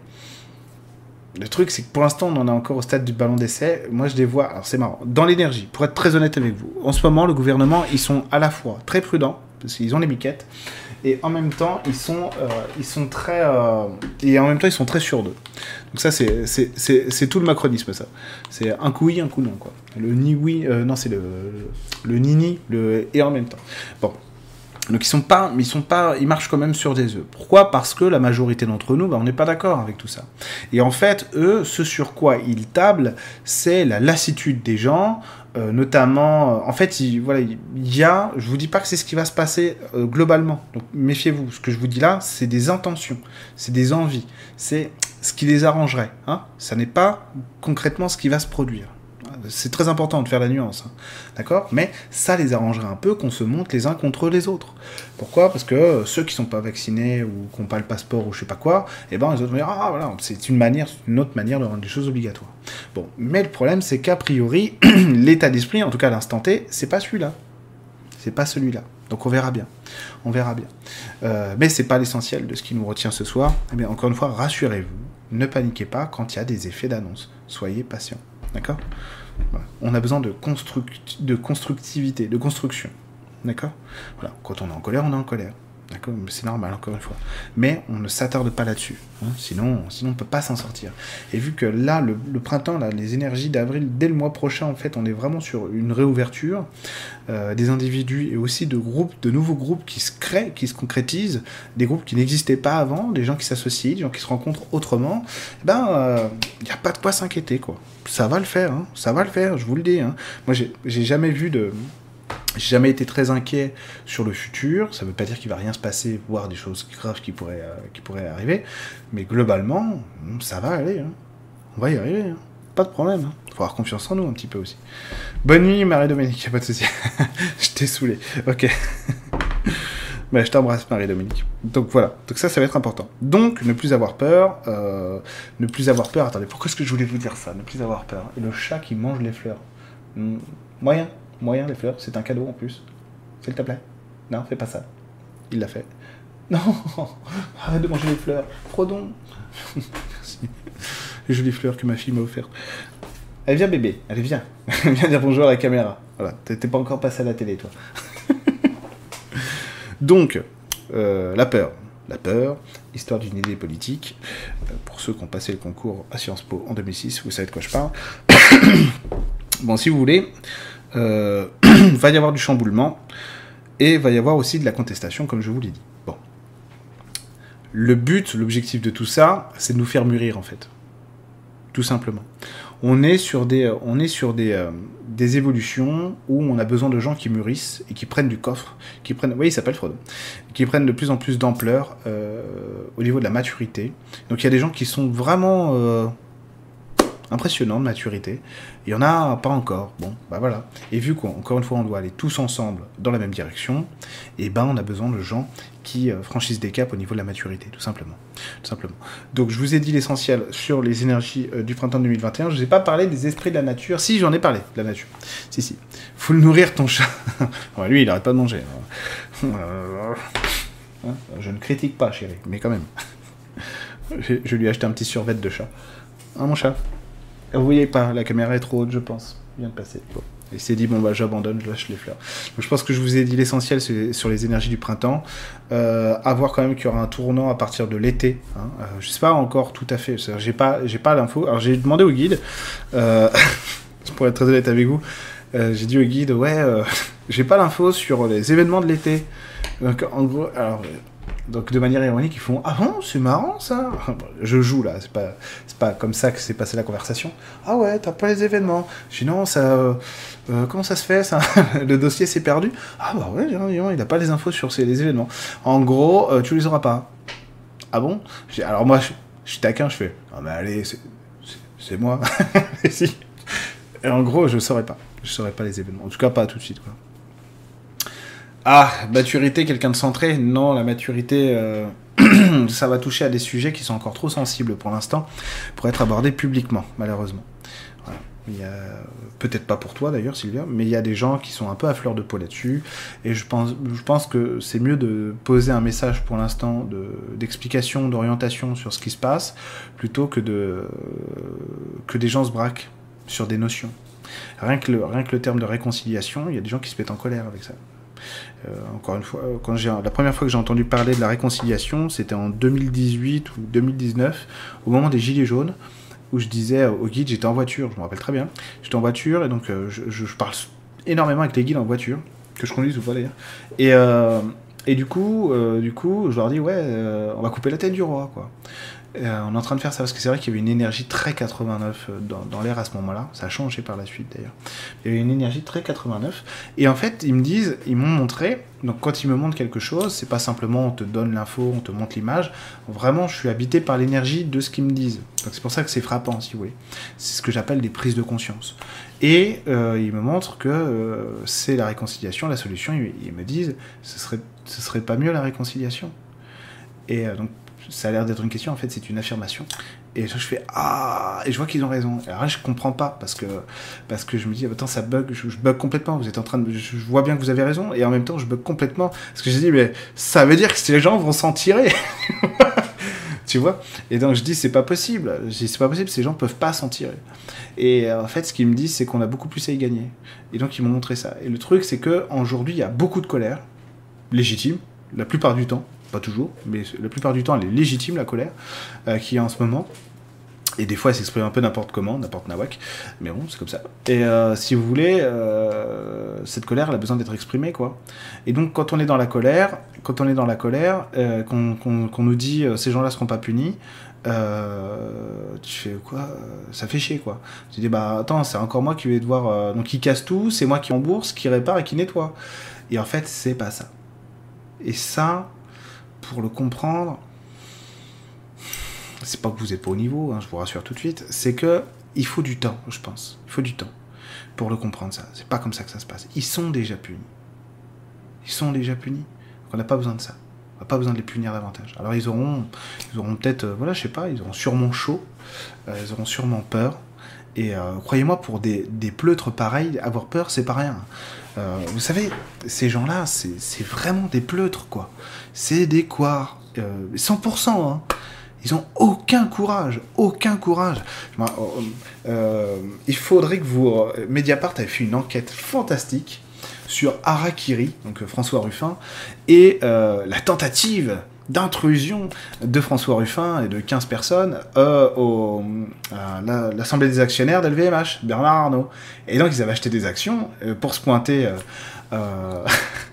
le truc, c'est que pour l'instant, on en est encore au stade du ballon d'essai. Moi, je les vois... Alors, c'est marrant. Dans l'énergie, pour être très honnête avec vous, en ce moment, le gouvernement, ils sont à la fois très prudents, parce qu'ils ont les miquettes, et en même temps, ils sont, euh, ils sont très... Euh, et en même temps, ils sont très sûrs d'eux. Donc ça, c'est, c'est, c'est, c'est tout le macronisme, ça. C'est un coup oui, un coup non, quoi. Le ni oui... Euh, non, c'est le, le ni ni, le et en même temps. Bon. Donc ils sont pas, ils sont pas, ils marchent quand même sur des œufs. Pourquoi ? Parce que la majorité d'entre nous, bah, on n'est pas d'accord avec tout ça. Et en fait, eux, ce sur quoi ils tablent, c'est la lassitude des gens, euh, notamment. Euh, en fait, il, voilà, il y a. Je vous dis pas que c'est ce qui va se passer euh, globalement. Donc méfiez-vous. Ce que je vous dis là, c'est des intentions, c'est des envies, c'est ce qui les arrangerait. Hein ? Ça n'est pas concrètement ce qui va se produire. C'est très important de faire la nuance, hein. D'accord ? Mais ça les arrangerait un peu qu'on se monte les uns contre les autres. Pourquoi ? Parce que ceux qui sont pas vaccinés ou qui n'ont pas le passeport ou je sais pas quoi, eh ben les autres vont dire ah voilà, c'est une manière, une autre manière de rendre les choses obligatoires. Bon, mais le problème c'est qu'a priori l'état d'esprit, en tout cas à l'instant T, c'est pas celui-là, c'est pas celui-là. Donc on verra bien, on verra bien. Euh, mais c'est pas l'essentiel de ce qui nous retient ce soir. Eh bien encore une fois, rassurez-vous, ne paniquez pas quand il y a des effets d'annonce. Soyez patient, d'accord ? Voilà. On a besoin de, construct... de constructivité, de construction. D'accord ? Voilà. Quand on est en colère, on est en colère. D'accord ? C'est normal, encore une fois. Mais on ne s'attarde pas là-dessus. Hein, sinon, sinon, on ne peut pas s'en sortir. Et vu que là, le, le printemps, là, les énergies d'avril, dès le mois prochain, en fait, on est vraiment sur une réouverture euh, des individus et aussi de groupes, de nouveaux groupes qui se créent, qui se concrétisent, des groupes qui n'existaient pas avant, des gens qui s'associent, des gens qui se rencontrent autrement. Eh ben, il euh, n'y a pas de quoi s'inquiéter, quoi. Ça va le faire, hein, ça va le faire, je vous le dis. Hein. Moi, j'ai, j'ai jamais vu de... J'ai jamais été très inquiet sur le futur. Ça veut pas dire qu'il va rien se passer, voire des choses graves qui pourraient, euh, qui pourraient arriver. Mais globalement, ça va aller. Hein. On va y arriver. Hein. Pas de problème. Hein. Faut avoir confiance en nous un petit peu aussi. Bonne nuit, Marie-Dominique. Pas de souci. Je t'ai saoulé. Ok. Bah, je t'embrasse, Marie-Dominique. Donc voilà, donc ça, ça va être important. Donc, ne plus avoir peur, euh, ne plus avoir peur, attendez, pourquoi est-ce que je voulais vous dire ça ? Ne plus avoir peur. Et le chat qui mange les fleurs. Hmm, moyen, moyen, les fleurs, c'est un cadeau en plus. S'il te plaît. Non, fais pas ça. Il l'a fait. Non, arrête de manger les fleurs. Frodon. Merci. Les jolies fleurs que ma fille m'a offertes. Allez, viens bébé, allez, viens. Viens dire bonjour à la caméra. Voilà, t'es pas encore passé à la télé, toi. Donc, euh, la peur. la peur, histoire d'une idée politique. Euh, pour ceux qui ont passé le concours à Sciences Po en deux mille six, vous savez de quoi je parle. Bon, si vous voulez, euh, va y avoir du chamboulement et va y avoir aussi de la contestation, comme je vous l'ai dit. Bon. Le but, l'objectif de tout ça, c'est de nous faire mûrir, en fait. Tout simplement. On est sur des, on est sur des, euh, des évolutions où on a besoin de gens qui mûrissent et qui prennent du coffre, qui prennent, oui, il s'appelle Frodo, qui prennent de plus en plus d'ampleur euh, au niveau de la maturité. Donc il y a des gens qui sont vraiment euh, impressionnants de maturité. Il y en a pas encore. Bon, bah voilà. Et vu qu'encore une fois, on doit aller tous ensemble dans la même direction, et ben on a besoin de gens qui euh, franchissent des caps au niveau de la maturité, tout simplement. Tout simplement. Donc je vous ai dit l'essentiel sur les énergies euh, du printemps deux mille vingt et un. Je vous ai pas parlé des esprits de la nature. Si, j'en ai parlé, de la nature. Si, si. Faut le nourrir, ton chat. Ouais, lui, il arrête pas de manger. Euh... Hein, je ne critique pas, chérie, mais quand même. je, je lui ai acheté un petit survêt de chat. Hein, mon chat? Vous voyez pas, la caméra est trop haute, je pense. Il vient de passer. Bon. Il s'est dit, bon, bah, j'abandonne, je lâche les fleurs. Donc, je pense que je vous ai dit l'essentiel sur les énergies du printemps. Euh, à voir quand même qu'il y aura un tournant à partir de l'été. Hein. Euh, je sais pas encore tout à fait. J'ai pas, j'ai pas l'info. Alors, j'ai demandé au guide, euh, pour être très honnête avec vous, euh, j'ai dit au guide, ouais, euh, j'ai pas l'info sur les événements de l'été. Donc, en gros, alors. Donc de manière ironique, ils font « Ah bon, c'est marrant ça !» Je joue là, c'est pas, c'est pas comme ça que s'est passée la conversation. « Ah ouais, t'as pas les événements ?» Je dis « Non, ça... Euh, euh, comment ça se fait ça ?» Le dossier s'est perdu. « Ah bah ouais, il a pas les infos sur ces, les événements. En gros, euh, tu les auras pas. »« Ah bon ?» Alors moi, je, je suis taquin, je fais « Ah mais allez, c'est moi. » Et si. Et en gros, je saurais pas. Je saurais pas les événements. En tout cas, pas tout de suite, quoi. Ah, maturité, quelqu'un de centré? Non, la maturité, euh, ça va toucher à des sujets qui sont encore trop sensibles pour l'instant, pour être abordés publiquement, malheureusement. Voilà. Il y a... Peut-être pas pour toi d'ailleurs, Sylvia, mais il y a des gens qui sont un peu à fleur de peau là-dessus, et je pense, je pense que c'est mieux de poser un message pour l'instant de, d'explication, d'orientation sur ce qui se passe, plutôt que, de, que des gens se braquent sur des notions. Rien que le, rien que le terme de réconciliation, il y a des gens qui se mettent en colère avec ça. Euh, encore une fois, quand j'ai, la première fois que j'ai entendu parler de la réconciliation, c'était en deux mille dix-huit ou deux mille dix-neuf, au moment des Gilets jaunes, où je disais au guide, j'étais en voiture, je me rappelle très bien, j'étais en voiture, et donc euh, je, je parle énormément avec les guides en voiture, que je conduise ou pas d'ailleurs, et, euh, et du coup, euh, du coup, je leur dis, ouais, euh, on va couper la tête du roi, quoi. Euh, on est en train de faire ça parce que c'est vrai qu'il y avait une énergie très quatre-vingt-neuf dans, dans l'air à ce moment-là. Ça a changé par la suite d'ailleurs. Il y avait une énergie très quatre-vingt-neuf. Et en fait, ils me disent, ils m'ont montré. Donc quand ils me montrent quelque chose, c'est pas simplement on te donne l'info, on te montre l'image. Vraiment, je suis habité par l'énergie de ce qu'ils me disent. Donc c'est pour ça que c'est frappant, si vous voulez. C'est ce que j'appelle des prises de conscience. Et euh, ils me montrent que euh, c'est la réconciliation, la solution. Ils, ils me disent, ce serait, ce serait pas mieux la réconciliation. Et euh, donc ça a l'air d'être une question, en fait, c'est une affirmation. Et je fais ah, et je vois qu'ils ont raison. Et alors là, je comprends pas parce que parce que je me dis attends, ça bug, je, je bug complètement. Vous êtes en train de, je, je vois bien que vous avez raison et en même temps, je bug complètement parce que j'ai dit mais ça veut dire que ces gens vont s'en tirer. Tu vois. Et donc je dis c'est pas possible. Je dis c'est pas possible. Ces gens peuvent pas s'en tirer. Et en fait, ce qu'ils me disent, c'est qu'on a beaucoup plus à y gagner. Et donc ils m'ont montré ça. Et le truc, c'est que aujourd'hui, il y a beaucoup de colère légitime, la plupart du temps. Pas toujours, mais la plupart du temps, elle est légitime, la colère, euh, qu'il y a en ce moment. Et des fois, elle s'exprime un peu n'importe comment, n'importe nawak. Mais bon, c'est comme ça. Et euh, si vous voulez, euh, cette colère, elle a besoin d'être exprimée, quoi. Et donc, quand on est dans la colère, quand on est dans la colère, euh, qu'on, qu'on, qu'on nous dit euh, ces gens-là seront pas punis, euh, tu fais quoi? Ça fait chier, quoi. Tu dis, bah attends, c'est encore moi qui vais devoir. Euh, donc, qui casse tout, c'est moi qui rembourse, qui répare et qui nettoie. Et en fait, c'est pas ça. Et ça. Pour le comprendre, c'est pas que vous n'êtes pas au niveau, hein, je vous rassure tout de suite, c'est que il faut du temps, je pense. Il faut du temps pour le comprendre, ça. C'est pas comme ça que ça se passe. Ils sont déjà punis. Ils sont déjà punis. Donc on n'a pas besoin de ça. On n'a pas besoin de les punir davantage. Alors ils auront, ils auront peut-être, euh, voilà, je sais pas, ils auront sûrement chaud, euh, ils auront sûrement peur. Et euh, croyez-moi, pour des, des pleutres pareils, avoir peur, c'est pas rien. Euh, vous savez, ces gens-là, c'est, c'est vraiment des pleutres, quoi. C'est des couards. Euh, cent pour cent, hein. Ils ont aucun courage. Aucun courage. Euh, il faudrait que vous... Mediapart avait fait une enquête fantastique sur Harakiri, donc François Ruffin, et euh, la tentative d'intrusion de François Ruffin et de quinze personnes euh, au, à la- l'Assemblée des actionnaires d'L V M H, Bernard Arnault. Et donc ils avaient acheté des actions euh, pour se pointer... Euh, euh,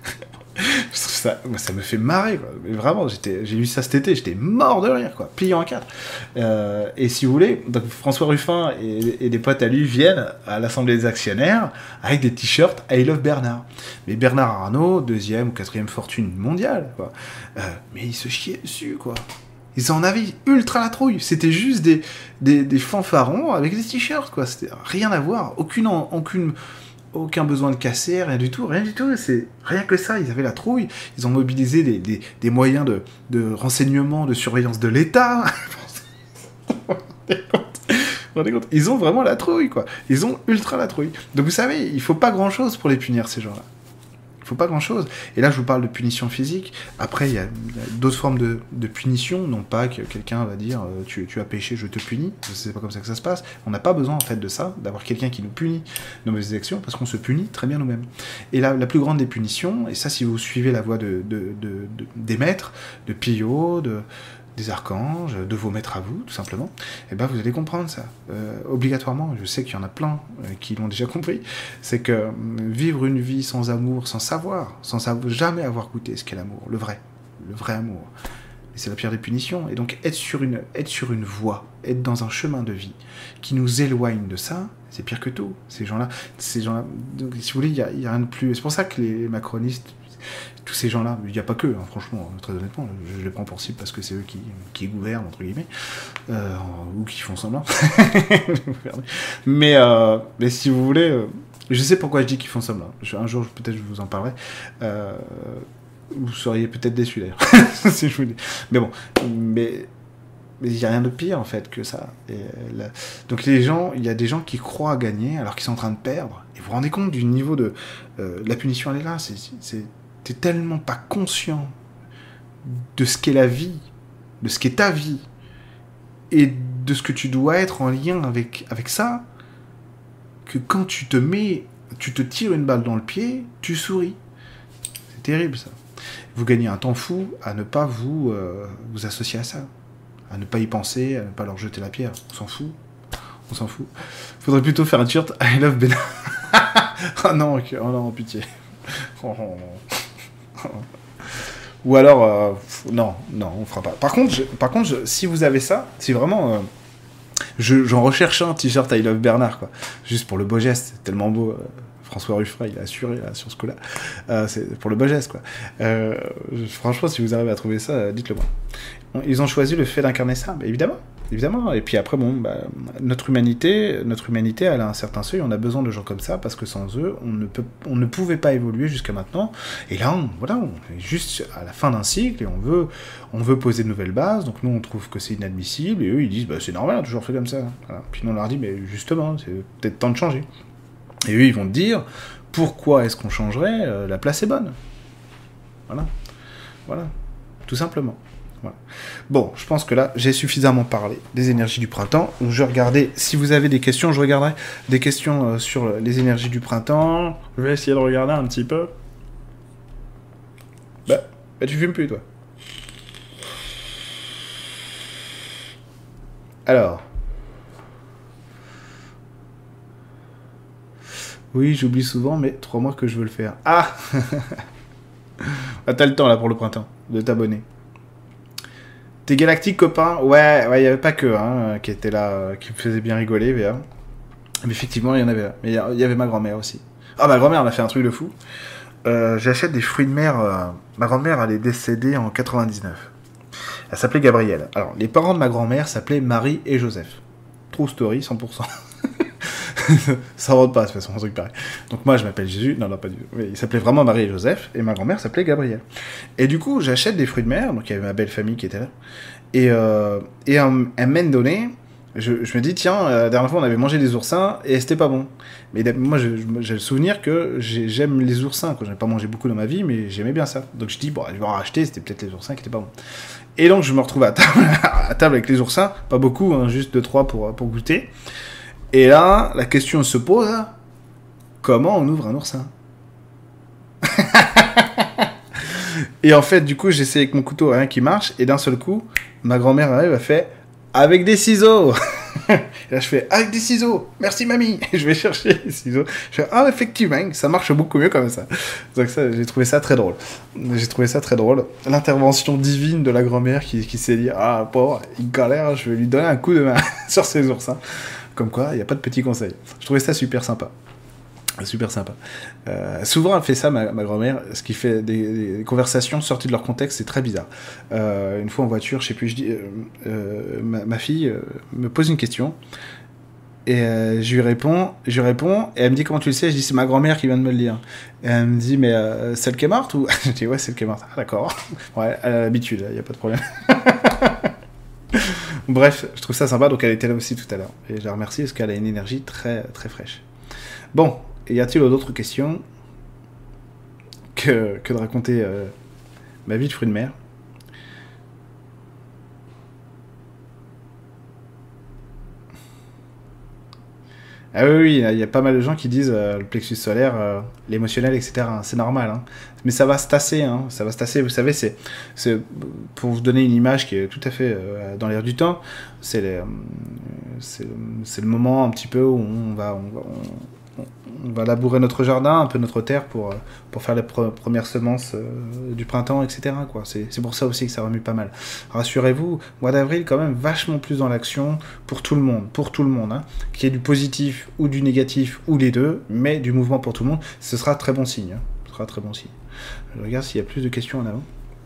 je trouve ça, moi, ça me fait marrer, quoi. Mais vraiment, j'étais, j'ai lu ça cet été, j'étais mort de rire, quoi, plié en quatre. Euh, et si vous voulez, donc François Ruffin et, et des potes à lui viennent à l'Assemblée des actionnaires avec des t-shirts I Love Bernard. Mais Bernard Arnault, deuxième ou quatrième fortune mondiale, quoi. Euh, mais il se chiait dessus, quoi. Ils en avaient ultra la trouille. C'était juste des, des, des fanfarons avec des t-shirts, quoi. C'était rien à voir, aucune, en- aucune, aucun besoin de casser, rien du tout, rien du tout. C'est rien que ça. Ils avaient la trouille. Ils ont mobilisé des, des, des moyens de, de renseignement, de surveillance de l'État. Vous vous rendez compte ? Vous vous rendez compte ? Ils ont vraiment la trouille, quoi. Ils ont ultra la trouille. Donc vous savez, il faut pas grand-chose pour les punir, ces gens-là. Il faut pas grand-chose. Et là, je vous parle de punition physique. Après, il y a, il y a d'autres formes de, de punition. Non pas que quelqu'un va dire euh, tu, tu as péché, je te punis. C'est pas comme ça que ça se passe. On n'a pas besoin, en fait, de ça, d'avoir quelqu'un qui nous punit nos mauvaises actions, parce qu'on se punit très bien nous-mêmes. Et la, la plus grande des punitions, et ça, si vous suivez la voie de, de, de, de- des maîtres, de Pillot, de, des archanges, de vos maîtres à vous, tout simplement, et ben vous allez comprendre ça. Euh, obligatoirement, je sais qu'il y en a plein euh, qui l'ont déjà compris, c'est que euh, vivre une vie sans amour, sans savoir, sans savoir, jamais avoir goûté ce qu'est l'amour, le vrai, le vrai amour, et c'est la pire des punitions. Et donc être sur une, être sur une voie, être dans un chemin de vie qui nous éloigne de ça, c'est pire que tout. Ces gens-là, ces gens-là, donc, si vous voulez, il y a, il y a rien de plus. C'est pour ça que les macronistes, tous ces gens-là, il n'y a pas que, hein, franchement, très honnêtement, je, je les prends pour cible parce que c'est eux qui, qui gouvernent, entre guillemets, euh, ou qui font semblant. mais, euh, mais si vous voulez, euh, je sais pourquoi je dis qu'ils font semblant. Je- un jour, peut-être, je vous en parlerai. Euh, vous seriez peut-être déçus, d'ailleurs, si je vous dis. Mais bon, mais mais il n'y a rien de pire, en fait, que ça. Et, euh, la- Donc les gens, il y a des gens qui croient gagner alors qu'ils sont en train de perdre. Et vous vous rendez compte du niveau de... euh, la punition, elle est là. C'est, c'est, t'es tellement pas conscient de ce qu'est la vie, de ce qu'est ta vie, et de ce que tu dois être en lien avec, avec ça, que quand tu te mets, tu te tires une balle dans le pied, tu souris. C'est terrible, ça. Vous gagnez un temps fou à ne pas vous, euh, vous associer à ça. À ne pas y penser, à ne pas leur jeter la pierre. On s'en fout. On s'en fout. Faudrait plutôt faire un t-shirt I love Bernard. Oh non, ok. Oh non, pitié. Oh, oh, oh. Ou alors, euh, pff, non, non, on fera pas. Par contre, je- par contre, je- si vous avez ça, si vraiment, euh, je- j'en recherche un t-shirt I love Bernard, quoi, juste pour le beau geste, c'est tellement beau. euh, François Ruffin, il a assuré là, sur ce coup-là. Euh, c'est pour le beau geste, quoi. Euh, je- franchement, si vous arrivez à trouver ça, euh, dites-le moi. Ils ont choisi le fait d'incarner ça, bah, évidemment, évidemment. Et puis après, bon, bah, notre humanité, notre humanité, elle a un certain seuil. On a besoin de gens comme ça parce que sans eux, on ne peut, on ne pouvait pas évoluer jusqu'à maintenant. Et là, on, voilà, on est juste à la fin d'un cycle et on veut, on veut poser de nouvelles bases. Donc nous, on trouve que c'est inadmissible et eux, ils disent, bah, c'est normal, on a toujours fait comme ça. Voilà. Puis nous, on leur dit, mais justement, c'est peut-être temps de changer. Et eux, ils vont te dire, pourquoi est-ce qu'on changerait ? Euh, La place est bonne. Voilà, voilà, tout simplement. Voilà. Bon, je pense que là, j'ai suffisamment parlé des énergies du printemps. Je regardais, si vous avez des questions, je regarderai des questions euh, sur les énergies du printemps. Je vais essayer de regarder un petit peu. Bah, bah tu fumes plus, toi. Alors. Oui, j'oublie souvent, mais trois mois que je veux le faire. Ah ah, t'as le temps, là, pour le printemps, de t'abonner. T'es galactique, copain? Ouais, ouais, il n'y avait pas que, hein, qui était là, euh, qui me faisait bien rigoler, V A. Mais effectivement, il y en avait. Mais il y a- il y avait ma grand-mère aussi. Ah, ma grand-mère, elle a fait un truc de fou. Euh, J'achète des fruits de mer. euh, Ma grand-mère, elle est décédée en quatre-vingt-dix-neuf. Elle s'appelait Gabrielle. Alors, les parents de ma grand-mère s'appelaient Marie et Joseph. True story, cent pour cent. Ça rentre pas, de toute façon, un truc pareil. Donc moi, je m'appelle Jésus. Non, non, pas du tout. Mais il s'appelait vraiment Marie et Joseph. Et ma grand-mère s'appelait Gabrielle. Et du coup, j'achète des fruits de mer. Donc il y avait ma belle famille qui était là. Et, euh, et à un à un moment donné, je, je me dis, tiens, euh, la dernière fois, on avait mangé des oursins et c'était pas bon. Mais d'hab- moi, je- je- j'ai le souvenir que j'ai- j'aime les oursins. Quand j'en ai pas mangé beaucoup dans ma vie, mais j'aimais bien ça. Donc je dis, bon, je vais en racheter. C'était peut-être les oursins qui étaient pas bons. Et donc, je me retrouve à table, à table avec les oursins. Pas beaucoup, hein, juste deux, trois pour, pour goûter. Et là, la question se pose, comment on ouvre un oursin? Et en fait, du coup, j'essaie avec mon couteau, rien qui marche, et d'un seul coup, ma grand-mère arrive, elle fait avec des ciseaux. Et là, je fais avec des ciseaux. Merci mamie. Et je vais chercher les ciseaux. Je fais ah effectivement, ça marche beaucoup mieux comme ça. Donc ça, j'ai trouvé ça très drôle. J'ai trouvé ça très drôle. L'intervention divine de la grand-mère qui, qui s'est dit ah pauvre, il galère, je vais lui donner un coup de main sur ses oursins. Comme quoi, il n'y a pas de petits conseils. Je trouvais ça super sympa. Super sympa. Euh, souvent, elle fait ça, ma, ma grand-mère, ce qui fait des, des conversations sorties de leur contexte, c'est très bizarre. Euh, une fois en voiture, je sais plus, je dis, euh, euh, ma, ma fille euh, me pose une question et euh, je lui réponds, je lui réponds et elle me dit comment tu le sais. Je dis c'est ma grand-mère qui vient de me le dire. Et elle me dit mais euh, celle qui est morte ou je dis ouais celle qui est morte. Ah, d'accord. Ouais, elle a l'habitude, il y a pas de problème. Bref, je trouve ça sympa. Donc elle était là aussi tout à l'heure et je la remercie parce qu'elle a une énergie très très fraîche. Bon. Et y a-t-il d'autres questions que, que de raconter euh, ma vie de fruit de mer? Ah oui, oui, il y a pas mal de gens qui disent euh, le plexus solaire, euh, l'émotionnel, et cetera. C'est normal, hein. Mais ça va se tasser, hein. Ça va se tasser. Vous savez, c'est, c'est pour vous donner une image qui est tout à fait euh, dans l'air du temps. C'est, les, euh, c'est, c'est le moment un petit peu où on va, on va, on, on va labourer notre jardin, un peu notre terre pour, pour faire les pre- premières semences euh, du printemps, et cetera quoi. C'est, c'est pour ça aussi que ça remue pas mal. Rassurez-vous, mois d'avril quand même vachement plus dans l'action pour tout le monde, pour tout le monde, hein. Qu'il y ait du positif ou du négatif ou les deux, mais du mouvement pour tout le monde, ce sera très bon signe. Hein. Ce sera très bon signe. Je regarde s'il y a plus de questions en avant.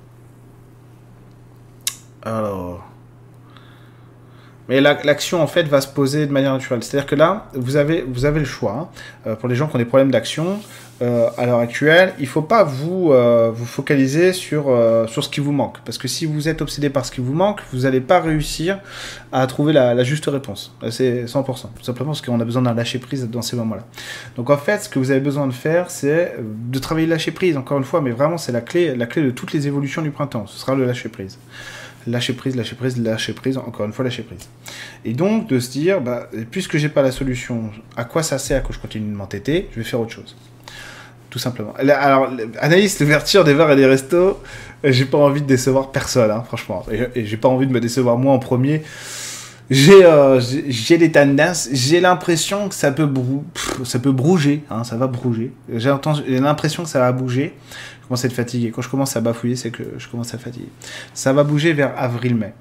Alors... Mais la, l'action, en fait, va se poser de manière naturelle. C'est-à-dire que là, vous avez, vous avez le choix. Hein. Euh, pour les gens qui ont des problèmes d'action, euh, à l'heure actuelle, il ne faut pas vous, euh, vous focaliser sur, euh, sur ce qui vous manque. Parce que si vous êtes obsédé par ce qui vous manque, vous n'allez pas réussir à trouver la, la juste réponse. C'est cent pour cent. Tout simplement parce qu'on a besoin d'un lâcher-prise dans ces moments-là. Donc en fait, ce que vous avez besoin de faire, c'est de travailler le lâcher-prise, encore une fois. Mais vraiment, c'est la clé, la clé de toutes les évolutions du printemps. Ce sera le lâcher-prise. Lâcher prise, lâcher prise, lâcher prise, encore une fois lâcher prise. Et donc de se dire, bah, puisque j'ai pas la solution, à quoi ça sert que je continue de m'entêter, je vais faire autre chose. Tout simplement. Alors, Anaïs, l'ouverture des bars et des restos, j'ai pas envie de décevoir personne, hein, franchement. Et, et j'ai pas envie de me décevoir moi en premier. J'ai, euh, j'ai, j'ai des tendances, j'ai l'impression que ça peut, brou- pff, ça peut brouger, hein, ça va brouger. J'ai, entendu, j'ai l'impression que ça va bouger. Je commence à être fatigué. Quand je commence à bafouiller, c'est que je commence à fatiguer. Ça va bouger vers avril-mai.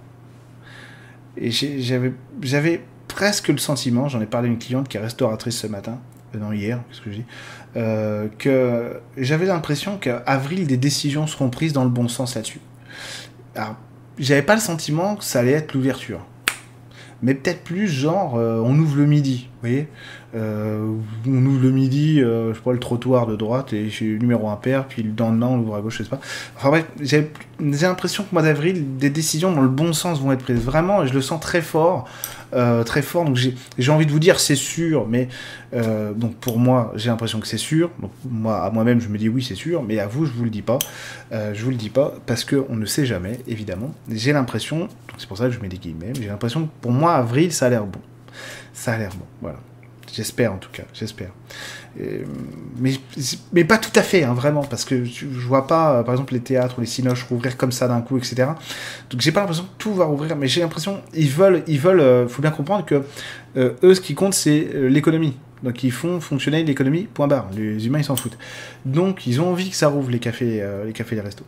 Et j'ai, j'avais, j'avais presque le sentiment, j'en ai parlé à une cliente qui est restauratrice ce matin, euh, non hier, qu'est-ce que je dis, euh, que j'avais l'impression qu'à avril, des décisions seront prises dans le bon sens là-dessus. Alors, j'avais pas le sentiment que ça allait être l'ouverture. Mais peut-être plus genre, euh, on ouvre le midi, vous voyez euh, on ouvre le midi, euh, je sais pas, le trottoir de droite, et j'ai le numéro impair, puis le lendemain, on l'ouvre à gauche, je sais pas. Enfin bref, j'ai, j'ai l'impression que mois d'avril, des décisions dans le bon sens vont être prises, vraiment, et je le sens très fort, euh, très fort, donc j'ai, j'ai envie de vous dire, c'est sûr, mais, euh, donc pour moi, j'ai l'impression que c'est sûr, donc moi, à moi-même, je me dis oui, c'est sûr, mais à vous, je vous le dis pas, euh, je vous le dis pas, parce qu'on ne sait jamais, évidemment, j'ai l'impression, donc c'est pour ça que je mets des guillemets, mais j'ai l'impression que pour moi, avril, ça a l'air bon, ça a l'air bon, voilà. J'espère en tout cas, j'espère. Euh, mais, mais pas tout à fait, hein, vraiment, parce que je, je vois pas, euh, par exemple, les théâtres ou les cinoches rouvrir comme ça d'un coup, et cetera. Donc j'ai pas l'impression que tout va rouvrir, mais j'ai l'impression ils veulent, ils veulent. Euh, faut bien comprendre que euh, eux, ce qui compte, c'est euh, l'économie. Donc ils font fonctionner l'économie. Point barre. Les humains, ils s'en foutent. Donc ils ont envie que ça rouvre les cafés, euh, les cafés, les restos.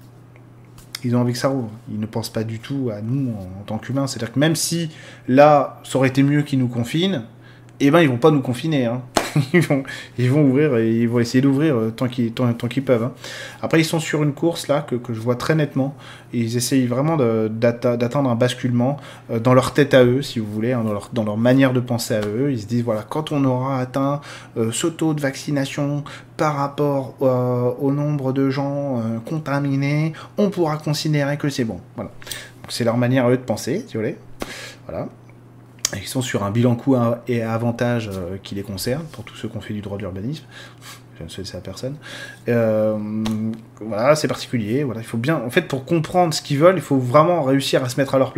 Ils ont envie que ça rouvre. Ils ne pensent pas du tout à nous en, en tant qu'humains. C'est-à-dire que même si là, ça aurait été mieux qu'ils nous confinent. Eh ben, ils vont pas nous confiner, hein. Ils vont, ils vont ouvrir et ils vont essayer d'ouvrir euh, tant qu'ils, tant, tant qu'ils peuvent. Hein. Après, ils sont sur une course là que, que je vois très nettement. Et ils essayent vraiment de, d'atta, d'atteindre un basculement euh, dans leur tête à eux, si vous voulez, hein, dans, leur, dans leur manière de penser à eux. Ils se disent voilà, quand on aura atteint euh, ce taux de vaccination par rapport euh, au nombre de gens euh, contaminés, on pourra considérer que c'est bon. Voilà. Donc, c'est leur manière à eux de penser, si vous voulez. Voilà. Ils sont sur un bilan coût et avantage euh, qui les concerne, pour tous ceux qui ont fait du droit de l'urbanisme. Je ne souhaite ça à personne. Euh, voilà, c'est particulier. Voilà, il faut bien, en fait, pour comprendre ce qu'ils veulent, il faut vraiment réussir à se mettre à leur place.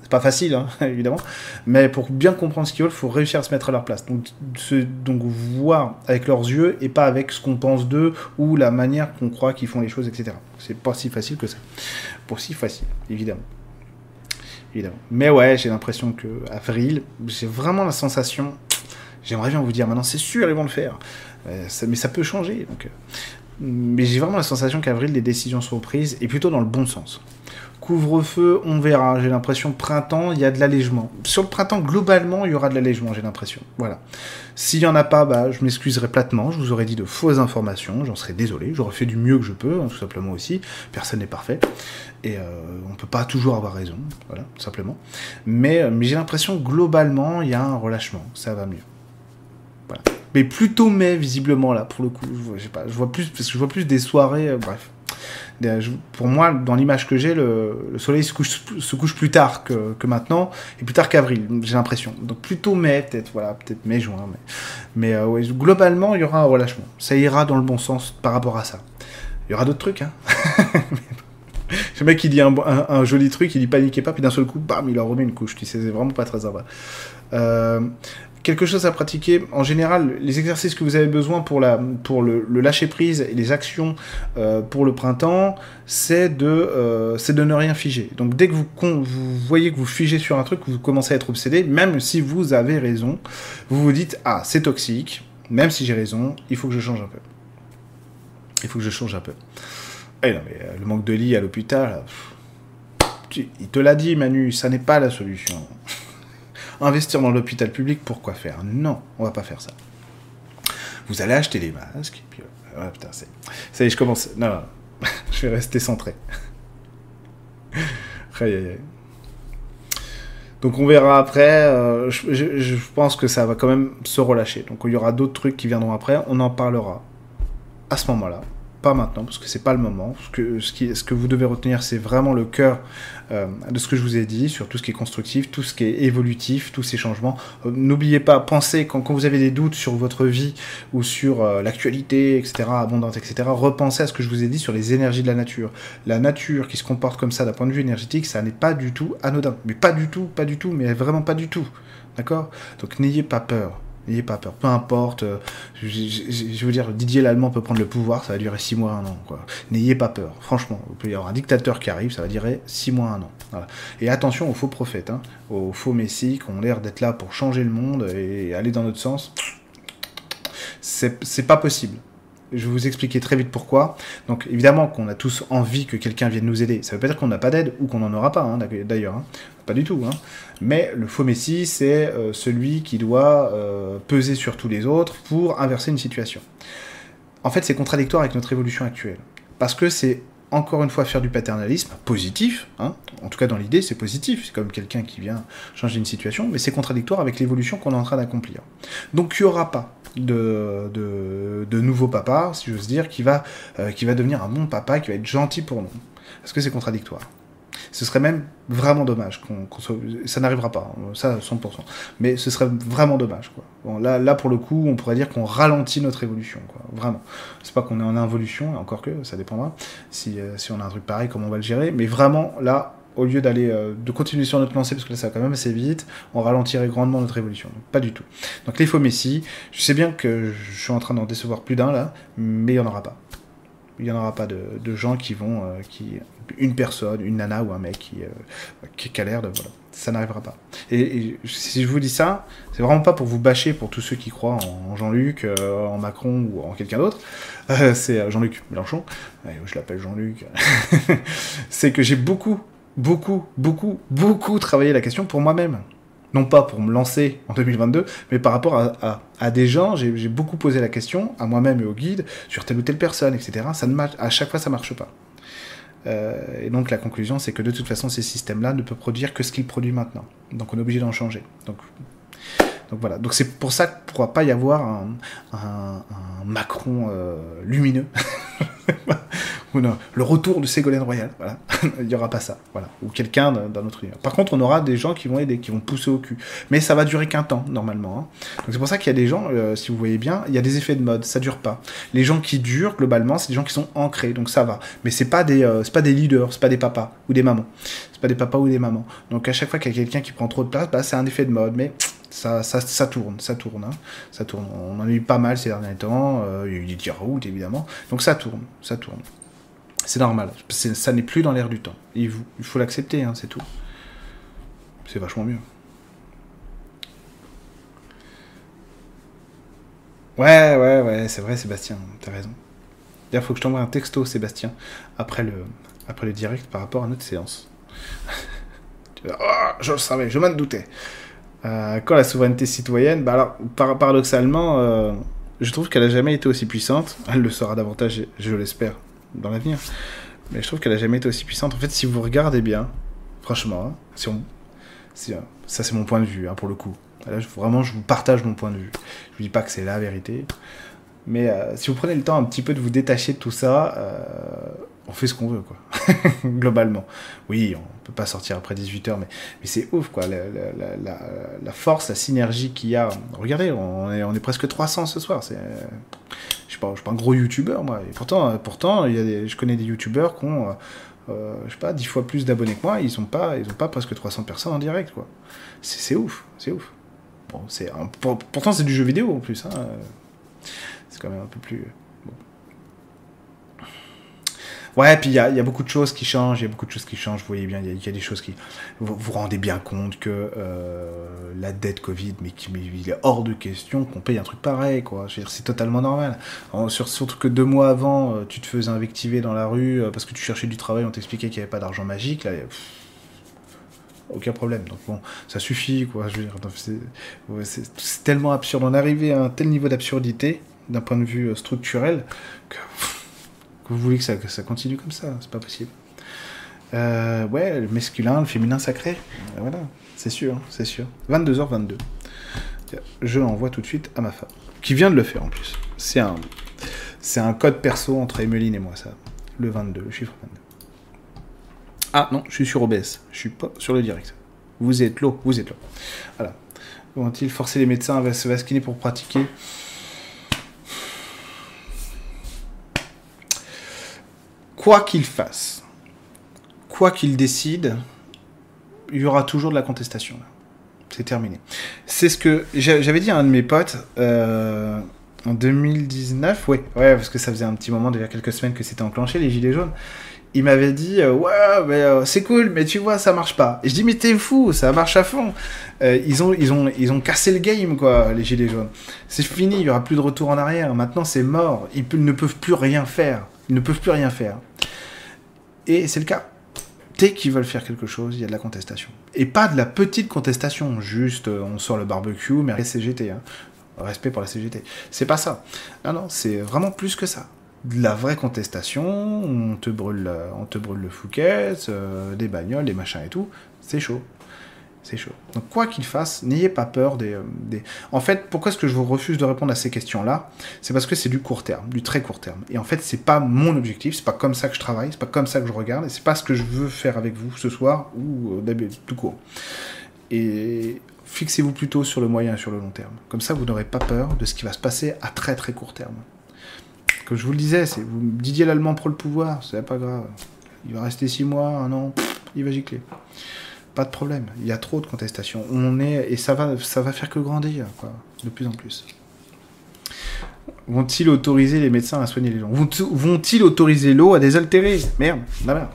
C'est pas facile, hein, évidemment, mais pour bien comprendre ce qu'ils veulent, il faut réussir à se mettre à leur place. Donc, se, donc voir avec leurs yeux et pas avec ce qu'on pense d'eux ou la manière qu'on croit qu'ils font les choses, et cetera. C'est pas si facile que ça. Pour si facile, évidemment. évidemment. Mais ouais, j'ai l'impression que Avril, j'ai vraiment la sensation, j'aimerais bien vous dire maintenant, c'est sûr, ils vont le faire, euh, ça, mais ça peut changer. Donc, euh, mais j'ai vraiment la sensation qu'Avril, les décisions sont prises, et plutôt dans le bon sens. Couvre-feu, on verra. J'ai l'impression, printemps, il y a de l'allègement. Sur le printemps, globalement, il y aura de l'allègement, j'ai l'impression. Voilà. S'il n'y en a pas, bah, je m'excuserai platement. Je vous aurais dit de fausses informations. J'en serais désolé. J'aurais fait du mieux que je peux, hein, tout simplement aussi. Personne n'est parfait. Et euh, on ne peut pas toujours avoir raison. Voilà, tout simplement. Mais, mais j'ai l'impression, globalement, il y a un relâchement. Ça va mieux. Voilà. Mais plutôt mai, visiblement, là, pour le coup. Je vois, je sais pas, je vois plus, parce que je vois plus des soirées, euh, bref. Pour moi, dans l'image que j'ai, le, le soleil se couche, se couche plus tard que, que maintenant, et plus tard qu'avril, j'ai l'impression. Donc plutôt mai, peut-être, voilà, peut-être mai, juin. Mais, mais euh, ouais, globalement, il y aura un relâchement. Ça ira dans le bon sens par rapport à ça. Il y aura d'autres trucs, hein. Le mec qui dit un, un, un joli truc, il dit paniquez pas, puis d'un seul coup, bam, il leur remet une couche. Tu sais, c'est vraiment pas très sympa. Euh... Quelque chose à pratiquer, en général, les exercices que vous avez besoin pour, la, pour le, le lâcher-prise et les actions euh, pour le printemps, c'est de, euh, c'est de ne rien figer. Donc dès que vous, vous voyez que vous figez sur un truc, que vous commencez à être obsédé, même si vous avez raison, vous vous dites « Ah, c'est toxique, même si j'ai raison, il faut que je change un peu. Il faut que je change un peu. » Et non, mais euh, le manque de lit à l'hôpital, pff, il te l'a dit Manu, ça n'est pas la solution. Investir dans l'hôpital public, pourquoi faire? Non, on va pas faire ça. Vous allez acheter des masques, et puis... Euh, ouais, putain, c'est... Ça y est, je commence... Non, non, je vais rester centré. Aïe, aïe, aïe. Donc on verra après, euh, je, je, je pense que ça va quand même se relâcher. Donc il y aura d'autres trucs qui viendront après, on en parlera à ce moment-là. Pas maintenant, parce que c'est pas le moment. Ce que, ce qui, ce que vous devez retenir, c'est vraiment le cœur euh, de ce que je vous ai dit, sur tout ce qui est constructif, tout ce qui est évolutif, tous ces changements. Euh, n'oubliez pas, pensez, quand, quand vous avez des doutes sur votre vie, ou sur euh, l'actualité, et cetera, abondante, et cetera, repensez à ce que je vous ai dit sur les énergies de la nature. La nature qui se comporte comme ça d'un point de vue énergétique, ça n'est pas du tout anodin. Mais pas du tout, pas du tout, mais vraiment pas du tout. D'accord? Donc n'ayez pas peur. N'ayez pas peur, peu importe, euh, je, je, je veux dire, Didier l'Allemand peut prendre le pouvoir, ça va durer six mois, un an, quoi. N'ayez pas peur, franchement, il peut y avoir un dictateur qui arrive, ça va durer six mois, un an. Voilà. Et attention aux faux prophètes, hein, aux faux messies qui ont l'air d'être là pour changer le monde et aller dans notre sens. C'est, c'est pas possible. Je vais vous expliquer très vite pourquoi. Donc évidemment qu'on a tous envie que quelqu'un vienne nous aider. Ça veut pas dire qu'on n'a pas d'aide ou qu'on n'en aura pas, hein, d'ailleurs. Hein. Pas du tout. Hein. Mais le faux messie, c'est euh, celui qui doit euh, peser sur tous les autres pour inverser une situation. En fait, c'est contradictoire avec notre évolution actuelle. Parce que c'est, encore une fois, faire du paternalisme positif. Hein. En tout cas, dans l'idée, c'est positif. C'est comme quelqu'un qui vient changer une situation. Mais c'est contradictoire avec l'évolution qu'on est en train d'accomplir. Donc il n'y aura pas De, de, de nouveau papa, si j'ose dire, qui va, euh, qui va devenir un bon papa, qui va être gentil pour nous. Parce que c'est contradictoire. Ce serait même vraiment dommage qu'on, qu'on soit... Ça n'arrivera pas, ça à cent pour cent. Mais ce serait vraiment dommage, quoi. Bon, là, là, pour le coup, on pourrait dire qu'on ralentit notre évolution, quoi. Vraiment. C'est pas qu'on est en involution, encore que, ça dépendra. Si, euh, si on a un truc pareil, comment on va le gérer. Mais vraiment, là... au lieu d'aller euh, de continuer sur notre lancée, parce que là ça va quand même assez vite, on ralentirait grandement notre évolution. Donc, pas du tout. Donc les faux messies, je sais bien que je suis en train d'en décevoir plus d'un là, mais il n'y en aura pas. Il n'y en aura pas de, de gens qui vont... Euh, qui une personne, une nana ou un mec qui, euh, qui, qui a l'air de... Voilà. Ça n'arrivera pas. Et, et si je vous dis ça, c'est vraiment pas pour vous bâcher pour tous ceux qui croient en, en Jean-Luc, euh, en Macron ou en quelqu'un d'autre. Euh, c'est Jean-Luc Mélenchon. Ouais, je l'appelle Jean-Luc. C'est que j'ai beaucoup... beaucoup, beaucoup, beaucoup travaillé la question pour moi-même. Non pas pour me lancer en deux mille vingt-deux, mais par rapport à, à, à des gens, j'ai, j'ai beaucoup posé la question, à moi-même et au guide, sur telle ou telle personne, et cetera. Ça ne marche, à chaque fois, ça ne marche pas. Euh, et donc la conclusion, c'est que de toute façon, ces systèmes-là ne peuvent produire que ce qu'ils produisent maintenant. Donc on est obligé d'en changer. Donc, donc voilà. Donc c'est pour ça qu'il ne pourra pas y avoir un, un, un Macron euh, lumineux. ou non, le retour de Ségolène Royal, voilà. Il n'y aura pas ça, voilà. Ou quelqu'un d'un autre univers. Par contre, on aura des gens qui vont aider, qui vont pousser au cul. Mais ça va durer qu'un temps, normalement. Hein. Donc c'est pour ça qu'il y a des gens, euh, si vous voyez bien, il y a des effets de mode, ça dure pas. Les gens qui durent, globalement, c'est des gens qui sont ancrés, donc ça va. Mais c'est pas des, euh, c'est pas des leaders, c'est pas des papas ou des mamans. C'est pas des papas ou des mamans. Donc à chaque fois qu'il y a quelqu'un qui prend trop de place, bah, c'est un effet de mode, mais ça, ça, ça tourne, ça tourne, hein. Ça tourne. On en a eu pas mal ces derniers temps, euh, il y a eu des tire-routes, évidemment. Donc ça tourne, ça tourne. C'est normal, c'est, ça n'est plus dans l'air du temps. Il, il faut l'accepter, hein, c'est tout. C'est vachement mieux. Ouais, ouais, ouais, c'est vrai, Sébastien, t'as raison. D'ailleurs, il faut que je t'envoie un texto, Sébastien, après le, après le direct par rapport à notre séance. Oh, je le savais, je m'en doutais. Euh, quand la souveraineté citoyenne, bah alors, par, paradoxalement, euh, je trouve qu'elle n'a jamais été aussi puissante. Elle le sera davantage, je l'espère, dans l'avenir. Mais je trouve qu'elle n'a jamais été aussi puissante. En fait, si vous regardez bien, franchement, hein, si on, si, ça c'est mon point de vue, hein, pour le coup. Là, je, vraiment, je vous partage mon point de vue. Je vous dis pas que c'est la vérité. Mais euh, si vous prenez le temps un petit peu de vous détacher de tout ça, euh, on fait ce qu'on veut, quoi. Globalement. Oui, on peut pas sortir après dix-huit heures, mais, mais c'est ouf, quoi. La, la, la, la force, la synergie qu'il y a. Regardez, on est, on est presque trois cents ce soir. C'est, je suis pas, je suis pas un gros youtubeur, moi. Et pourtant, pourtant il y a des, je connais des youtubeurs qui ont, euh, je sais pas, dix fois plus d'abonnés que moi. Ils ont pas, ils ont pas presque trois cents personnes en direct, quoi. C'est, c'est ouf, c'est ouf. Bon, c'est un, pour, pourtant, c'est du jeu vidéo en plus, hein. C'est quand même un peu plus... Bon. Ouais, puis il y a, y a beaucoup de choses qui changent, il y a beaucoup de choses qui changent, vous voyez bien, il y, y a des choses qui... Vous vous rendez bien compte que euh, la dette Covid, mais, qui, mais il est hors de question qu'on paye un truc pareil, quoi. Je veux dire, c'est totalement normal. En, sur, surtout que deux mois avant, euh, tu te faisais invectiver dans la rue euh, parce que tu cherchais du travail, on t'expliquait qu'il n'y avait pas d'argent magique, là, pff, aucun problème. Donc bon, ça suffit, quoi. Je veux dire, c'est, ouais, c'est, c'est tellement absurde. On est arrivé à un tel niveau d'absurdité, d'un point de vue structurel, que, que vous voulez que ça, que ça continue comme ça, c'est pas possible. Euh, ouais, le masculin, le féminin sacré, euh, voilà, c'est sûr, c'est sûr. vingt-deux heures vingt-deux. Je l'envoie tout de suite à ma femme, qui vient de le faire en plus. C'est un, c'est un code perso entre Emeline et moi, ça. Le vingt-deux, le chiffre vingt-deux. Ah non, je suis sur O B S, je suis pas sur le direct. Vous êtes là, vous êtes là. Voilà. Vont-ils forcer les médecins à se vacciner pour pratiquer ? Quoi qu'il fasse, quoi qu'il décide, il y aura toujours de la contestation. C'est terminé. C'est ce que j'avais dit à un de mes potes euh, en deux mille dix-neuf, ouais, ouais, parce que ça faisait un petit moment, déjà quelques semaines que c'était enclenché, les gilets jaunes. Il m'avait dit euh, ouais, mais euh, c'est cool, mais tu vois, ça marche pas. Et je dis mais t'es fou, ça marche à fond. Euh, ils ont, ils ont, ils ont cassé le game, quoi, les gilets jaunes. C'est fini, il y aura plus de retour en arrière. Maintenant, c'est mort. Ils ne peuvent plus rien faire. Ils ne peuvent plus rien faire. Et c'est le cas. Dès qu'ils veulent faire quelque chose, il y a de la contestation. Et pas de la petite contestation, juste euh, on sort le barbecue, mais la C G T, hein. Respect pour la C G T. C'est pas ça. Non, non, c'est vraiment plus que ça. De la vraie contestation, on te brûle, on te brûle le Fouquet, euh, des bagnoles, des machins et tout, c'est chaud. C'est chaud. Donc quoi qu'il fasse, n'ayez pas peur des, euh, des... En fait, pourquoi est-ce que je vous refuse de répondre à ces questions-là ? C'est parce que c'est du court terme, du très court terme. Et en fait, c'est pas mon objectif, c'est pas comme ça que je travaille, c'est pas comme ça que je regarde, et c'est pas ce que je veux faire avec vous ce soir, ou euh, d'habitude, tout court. Et fixez-vous plutôt sur le moyen et sur le long terme. Comme ça, vous n'aurez pas peur de ce qui va se passer à très très court terme. Comme je vous le disais, c'est, vous Didier l'Allemand pour le pouvoir, c'est pas grave. Il va rester six mois, un an, il va gicler. Pas de problème, il y a trop de contestations. On est, et ça va, ça va faire que grandir, quoi, de plus en plus. Vont-ils autoriser les médecins à soigner les gens ? Vont-ils autoriser l'eau à désaltérer ? Merde, la merde.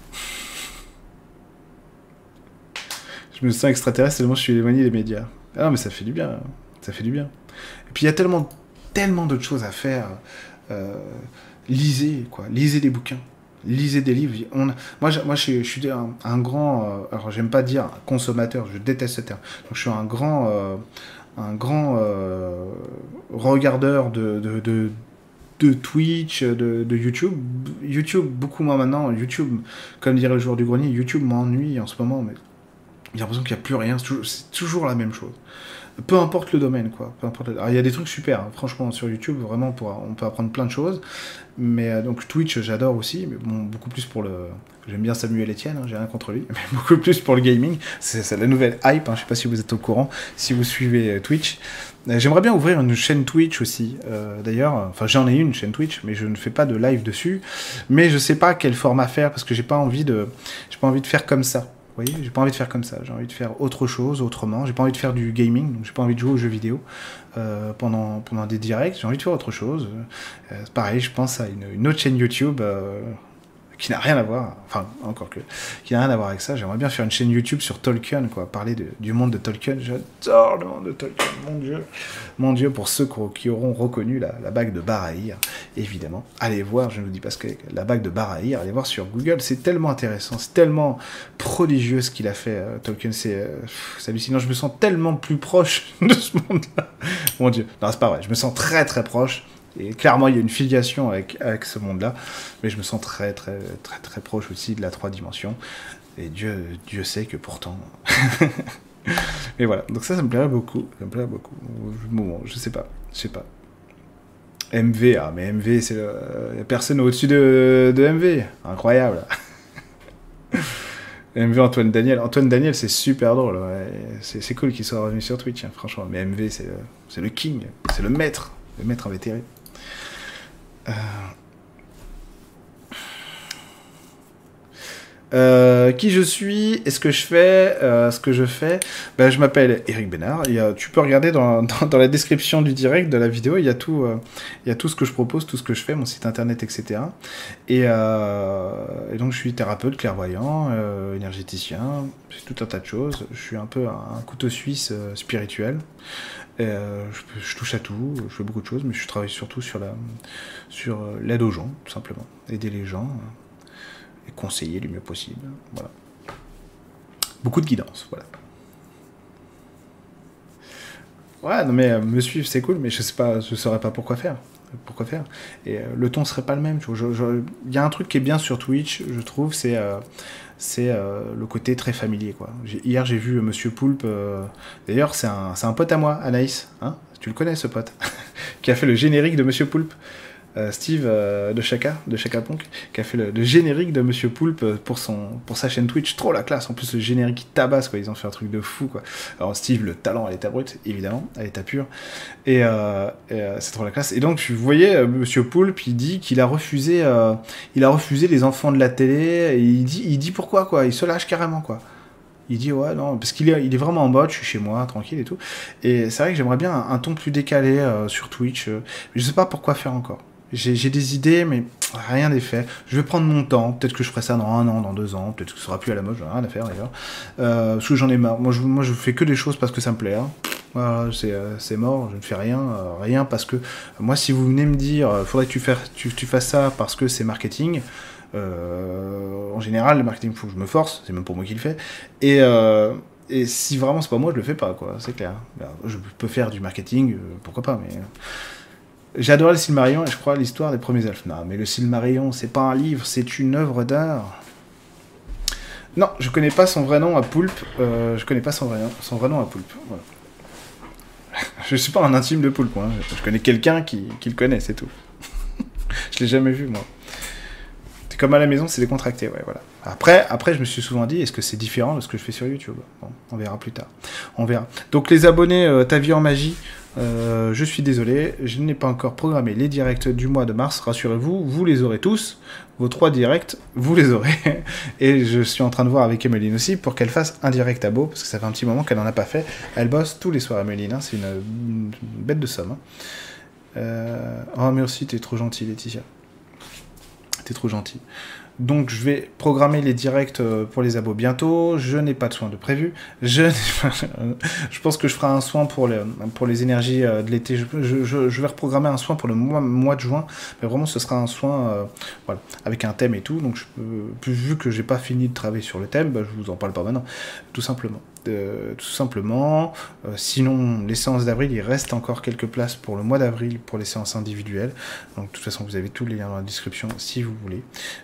Je me sens extraterrestre tellement je suis éloigné des médias. Ah non, mais ça fait du bien, ça fait du bien. Et puis il y a tellement, tellement d'autres choses à faire. Euh, lisez, quoi, lisez des bouquins. Lisez des livres. On a... Moi, je, moi, je, je suis un, un grand... Euh, alors, j'aime pas dire consommateur, je déteste ce terme. Donc, je suis un grand, euh, un grand euh, regardeur de, de, de, de Twitch, de, de YouTube. YouTube, beaucoup moins maintenant. YouTube, comme dirait le joueur du grenier, YouTube m'ennuie en ce moment, mais j'ai l'impression qu'il n'y a plus rien. C'est toujours, c'est toujours la même chose. peu importe le domaine, quoi. Peu importe le... Alors, il y a des trucs super, hein. Franchement, sur YouTube, vraiment, pour... on peut apprendre plein de choses. Mais euh, donc Twitch, j'adore aussi, mais bon, beaucoup plus pour le... J'aime bien Samuel Etienne, hein, j'ai rien contre lui, mais beaucoup plus pour le gaming. C'est, c'est la nouvelle hype, hein, je sais pas si vous êtes au courant, si vous suivez euh, Twitch. Euh, j'aimerais bien ouvrir une chaîne Twitch aussi, euh, d'ailleurs. Enfin, j'en ai une chaîne Twitch, mais je ne fais pas de live dessus. Mais je sais pas quel format faire, parce que j'ai pas envie de... J'ai pas envie de faire comme ça. Vous voyez, j'ai pas envie de faire comme ça, j'ai envie de faire autre chose, autrement. J'ai pas envie de faire du gaming, donc j'ai pas envie de jouer aux jeux vidéo euh, pendant, pendant des directs. J'ai envie de faire autre chose. Euh, pareil, je pense à une, une autre chaîne YouTube euh, qui n'a rien à voir, enfin, encore que, qui n'a rien à voir avec ça. J'aimerais bien faire une chaîne YouTube sur Tolkien, quoi, parler de, du monde de Tolkien. J'adore le monde de Tolkien, mon Dieu. Mon Dieu, pour ceux qui auront reconnu la, la bague de Barahir, évidemment. Allez voir, je ne vous dis pas ce que la bague de Barahir, allez voir sur Google, c'est tellement intéressant, c'est tellement prodigieux ce qu'il a fait, euh, Tolkien, c'est, euh, c'est hallucinant. Je me sens tellement plus proche de ce monde-là. Mon Dieu, non, c'est pas vrai, je me sens très très proche. Et clairement, il y a une filiation avec, avec ce monde-là, mais je me sens très, très, très, très proche aussi de la trois dimensions. Et Dieu, Dieu sait que pourtant... Et voilà, donc ça, ça me plairait beaucoup, ça me plairait beaucoup. Bon, je sais pas, je sais pas. M V, ah, mais M V, c'est le... Il y a personne au-dessus de, de M V, incroyable. M V Antoine Daniel, Antoine Daniel, c'est super drôle, ouais. c'est, c'est cool qu'il soit revenu sur Twitch, hein, franchement, mais M V, c'est le, c'est le king, c'est le maître, le maître invétéré. Euh... Euh, qui je suis, et ce que je fais, euh, ce que je fais, ben, je m'appelle Eric Bénard. Il y a, tu peux regarder dans, dans, dans la description du direct, de la vidéo, il y a tout, euh, il y a tout ce que je propose, tout ce que je fais, mon site internet, et cetera. Et, euh, et donc je suis thérapeute, clairvoyant, euh, énergéticien, c'est tout un tas de choses. Je suis un peu un, un couteau suisse euh, spirituel. Et, euh, je, je touche à tout, je fais beaucoup de choses, mais je travaille surtout sur la, sur l'aide aux gens, tout simplement, aider les gens. Et conseiller le mieux possible, voilà. Beaucoup de guidance, voilà. Ouais, non mais euh, me suivre c'est cool, mais je sais pas, je saurais pas pourquoi faire, pourquoi faire. Et euh, le ton serait pas le même. Il y a un truc qui est bien sur Twitch, je trouve, c'est euh, c'est euh, le côté très familier, quoi. J'ai, hier j'ai vu euh, Monsieur Poulpe. Euh, d'ailleurs, c'est un c'est un pote à moi, Anaïs, hein. Tu le connais ce pote, qui a fait le générique de Monsieur Poulpe. Euh, Steve euh, de Chaka, de Chaka Ponk, qui a fait le, le générique de Monsieur Poulpe pour, son, pour sa chaîne Twitch. Trop la classe. En plus, le générique, il tabasse, quoi. Ils ont fait un truc de fou, quoi. Alors, Steve, le talent à l'état brut, évidemment, à l'état pur. Et, euh, et euh, c'est trop la classe. Et donc, vous voyez, euh, Monsieur Poulpe, il dit qu'il a refusé, euh, il a refusé les enfants de la télé. Et il dit, il dit pourquoi, quoi. Il se lâche carrément, quoi. Il dit ouais non parce qu'il est, il est vraiment en mode je suis chez moi tranquille et tout. Et c'est vrai que j'aimerais bien un, un ton plus décalé euh, sur Twitch. Euh, mais je sais pas pourquoi faire encore. J'ai, j'ai des idées, mais rien n'est fait. Je vais prendre mon temps. Peut-être que je ferai ça dans un an, dans deux ans. Peut-être que ce sera plus à la mode. J'en ai rien à faire d'ailleurs. Euh, parce que j'en ai marre. Moi je, moi, je fais que des choses parce que ça me plaît. Hein. Voilà, c'est, euh, c'est mort. Je ne fais rien. Euh, rien parce que... Moi, si vous venez me dire euh, faudrait que tu, fasses, tu, tu fasses ça parce que c'est marketing... Euh, en général, le marketing, il faut que je me force. C'est même pour moi qui le fais. Et... Euh, Et si vraiment c'est pas moi, je le fais pas, quoi. C'est clair. Je peux faire du marketing, euh, pourquoi pas, mais... J'ai adoré le Silmarillion et je crois l'histoire des premiers elfes. Non, mais le Silmarillion, c'est pas un livre, c'est une œuvre d'art. Non, je connais pas son vrai nom à Poulpe. Euh, je connais pas son vrai nom, son vrai nom à Poulpe. Voilà. Je suis pas un intime de Poulpe, hein. Je connais quelqu'un qui, qui le connaît, c'est tout. Je l'ai jamais vu, moi. C'est comme à la maison, c'est décontracté, ouais, voilà. Après, après, je me suis souvent dit, est-ce que c'est différent de ce que je fais sur YouTube ? Bon, on verra plus tard. On verra. Donc, les abonnés, euh, Ta vie en magie, euh, je suis désolé, je n'ai pas encore programmé les directs du mois de mars, rassurez-vous, vous les aurez tous, vos trois directs, vous les aurez. Et je suis en train de voir avec Emeline aussi pour qu'elle fasse un direct à Beau, parce que ça fait un petit moment qu'elle n'en a pas fait. Elle bosse tous les soirs, Emeline, hein, c'est une, une bête de somme. Hein. Euh... Oh, merci, t'es trop gentil, Laetitia. T'es trop gentil. Donc je vais programmer les directs pour les abos bientôt. Je n'ai pas de soins de prévu. Je, je pense que je ferai un soin pour les, pour les énergies de l'été. Je, je, je vais reprogrammer un soin pour le mois, mois de juin. Mais vraiment, ce sera un soin euh, voilà, avec un thème et tout. Donc je peux, vu que j'ai pas fini de travailler sur le thème, bah, je vous en parle pas maintenant. Tout simplement. Euh, tout simplement. Euh, sinon, les séances d'avril, il reste encore quelques places pour le mois d'avril pour les séances individuelles. Donc de toute façon, vous avez tous les liens dans la description si vous voulez. Pas de problème.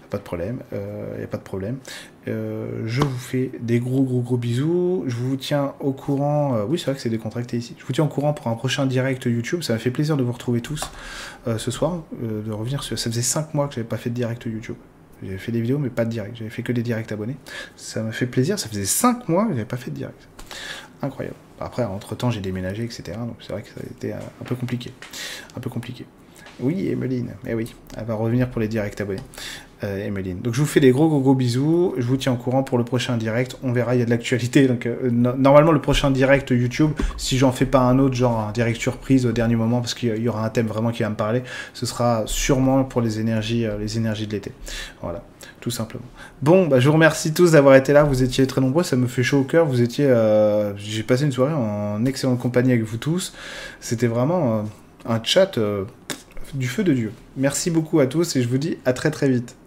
problème, il euh, n'y a pas de problème. Euh, je vous fais des gros gros gros bisous, je vous tiens au courant, euh, oui c'est vrai que c'est décontracté ici, je vous tiens au courant pour un prochain direct YouTube, ça m'a fait plaisir de vous retrouver tous euh, ce soir, euh, de revenir sur, ça faisait cinq mois que j'avais pas fait de direct YouTube, j'avais fait des vidéos mais pas de direct, j'avais fait que des directs abonnés, ça m'a fait plaisir, ça faisait cinq mois que j'avais pas fait de direct, incroyable. Après entre temps j'ai déménagé etc, donc c'est vrai que ça a été un peu compliqué, un peu compliqué. Oui, Emeline, eh oui, elle va revenir pour les directs abonnés. Euh, Emeline. Donc je vous fais des gros gros gros bisous, je vous tiens au courant pour le prochain direct, on verra, il y a de l'actualité, donc euh, no normalement le prochain direct YouTube, si j'en fais pas un autre, genre un direct surprise au dernier moment, parce qu'il y aura un thème vraiment qui va me parler, ce sera sûrement pour les énergies, euh, les énergies de l'été, voilà, tout simplement. Bon, bah, je vous remercie tous d'avoir été là, vous étiez très nombreux, ça me fait chaud au cœur, vous étiez, euh, j'ai passé une soirée en excellente compagnie avec vous tous, c'était vraiment euh, un chat... Euh, du feu de Dieu. Merci beaucoup à tous et je vous dis à très très vite.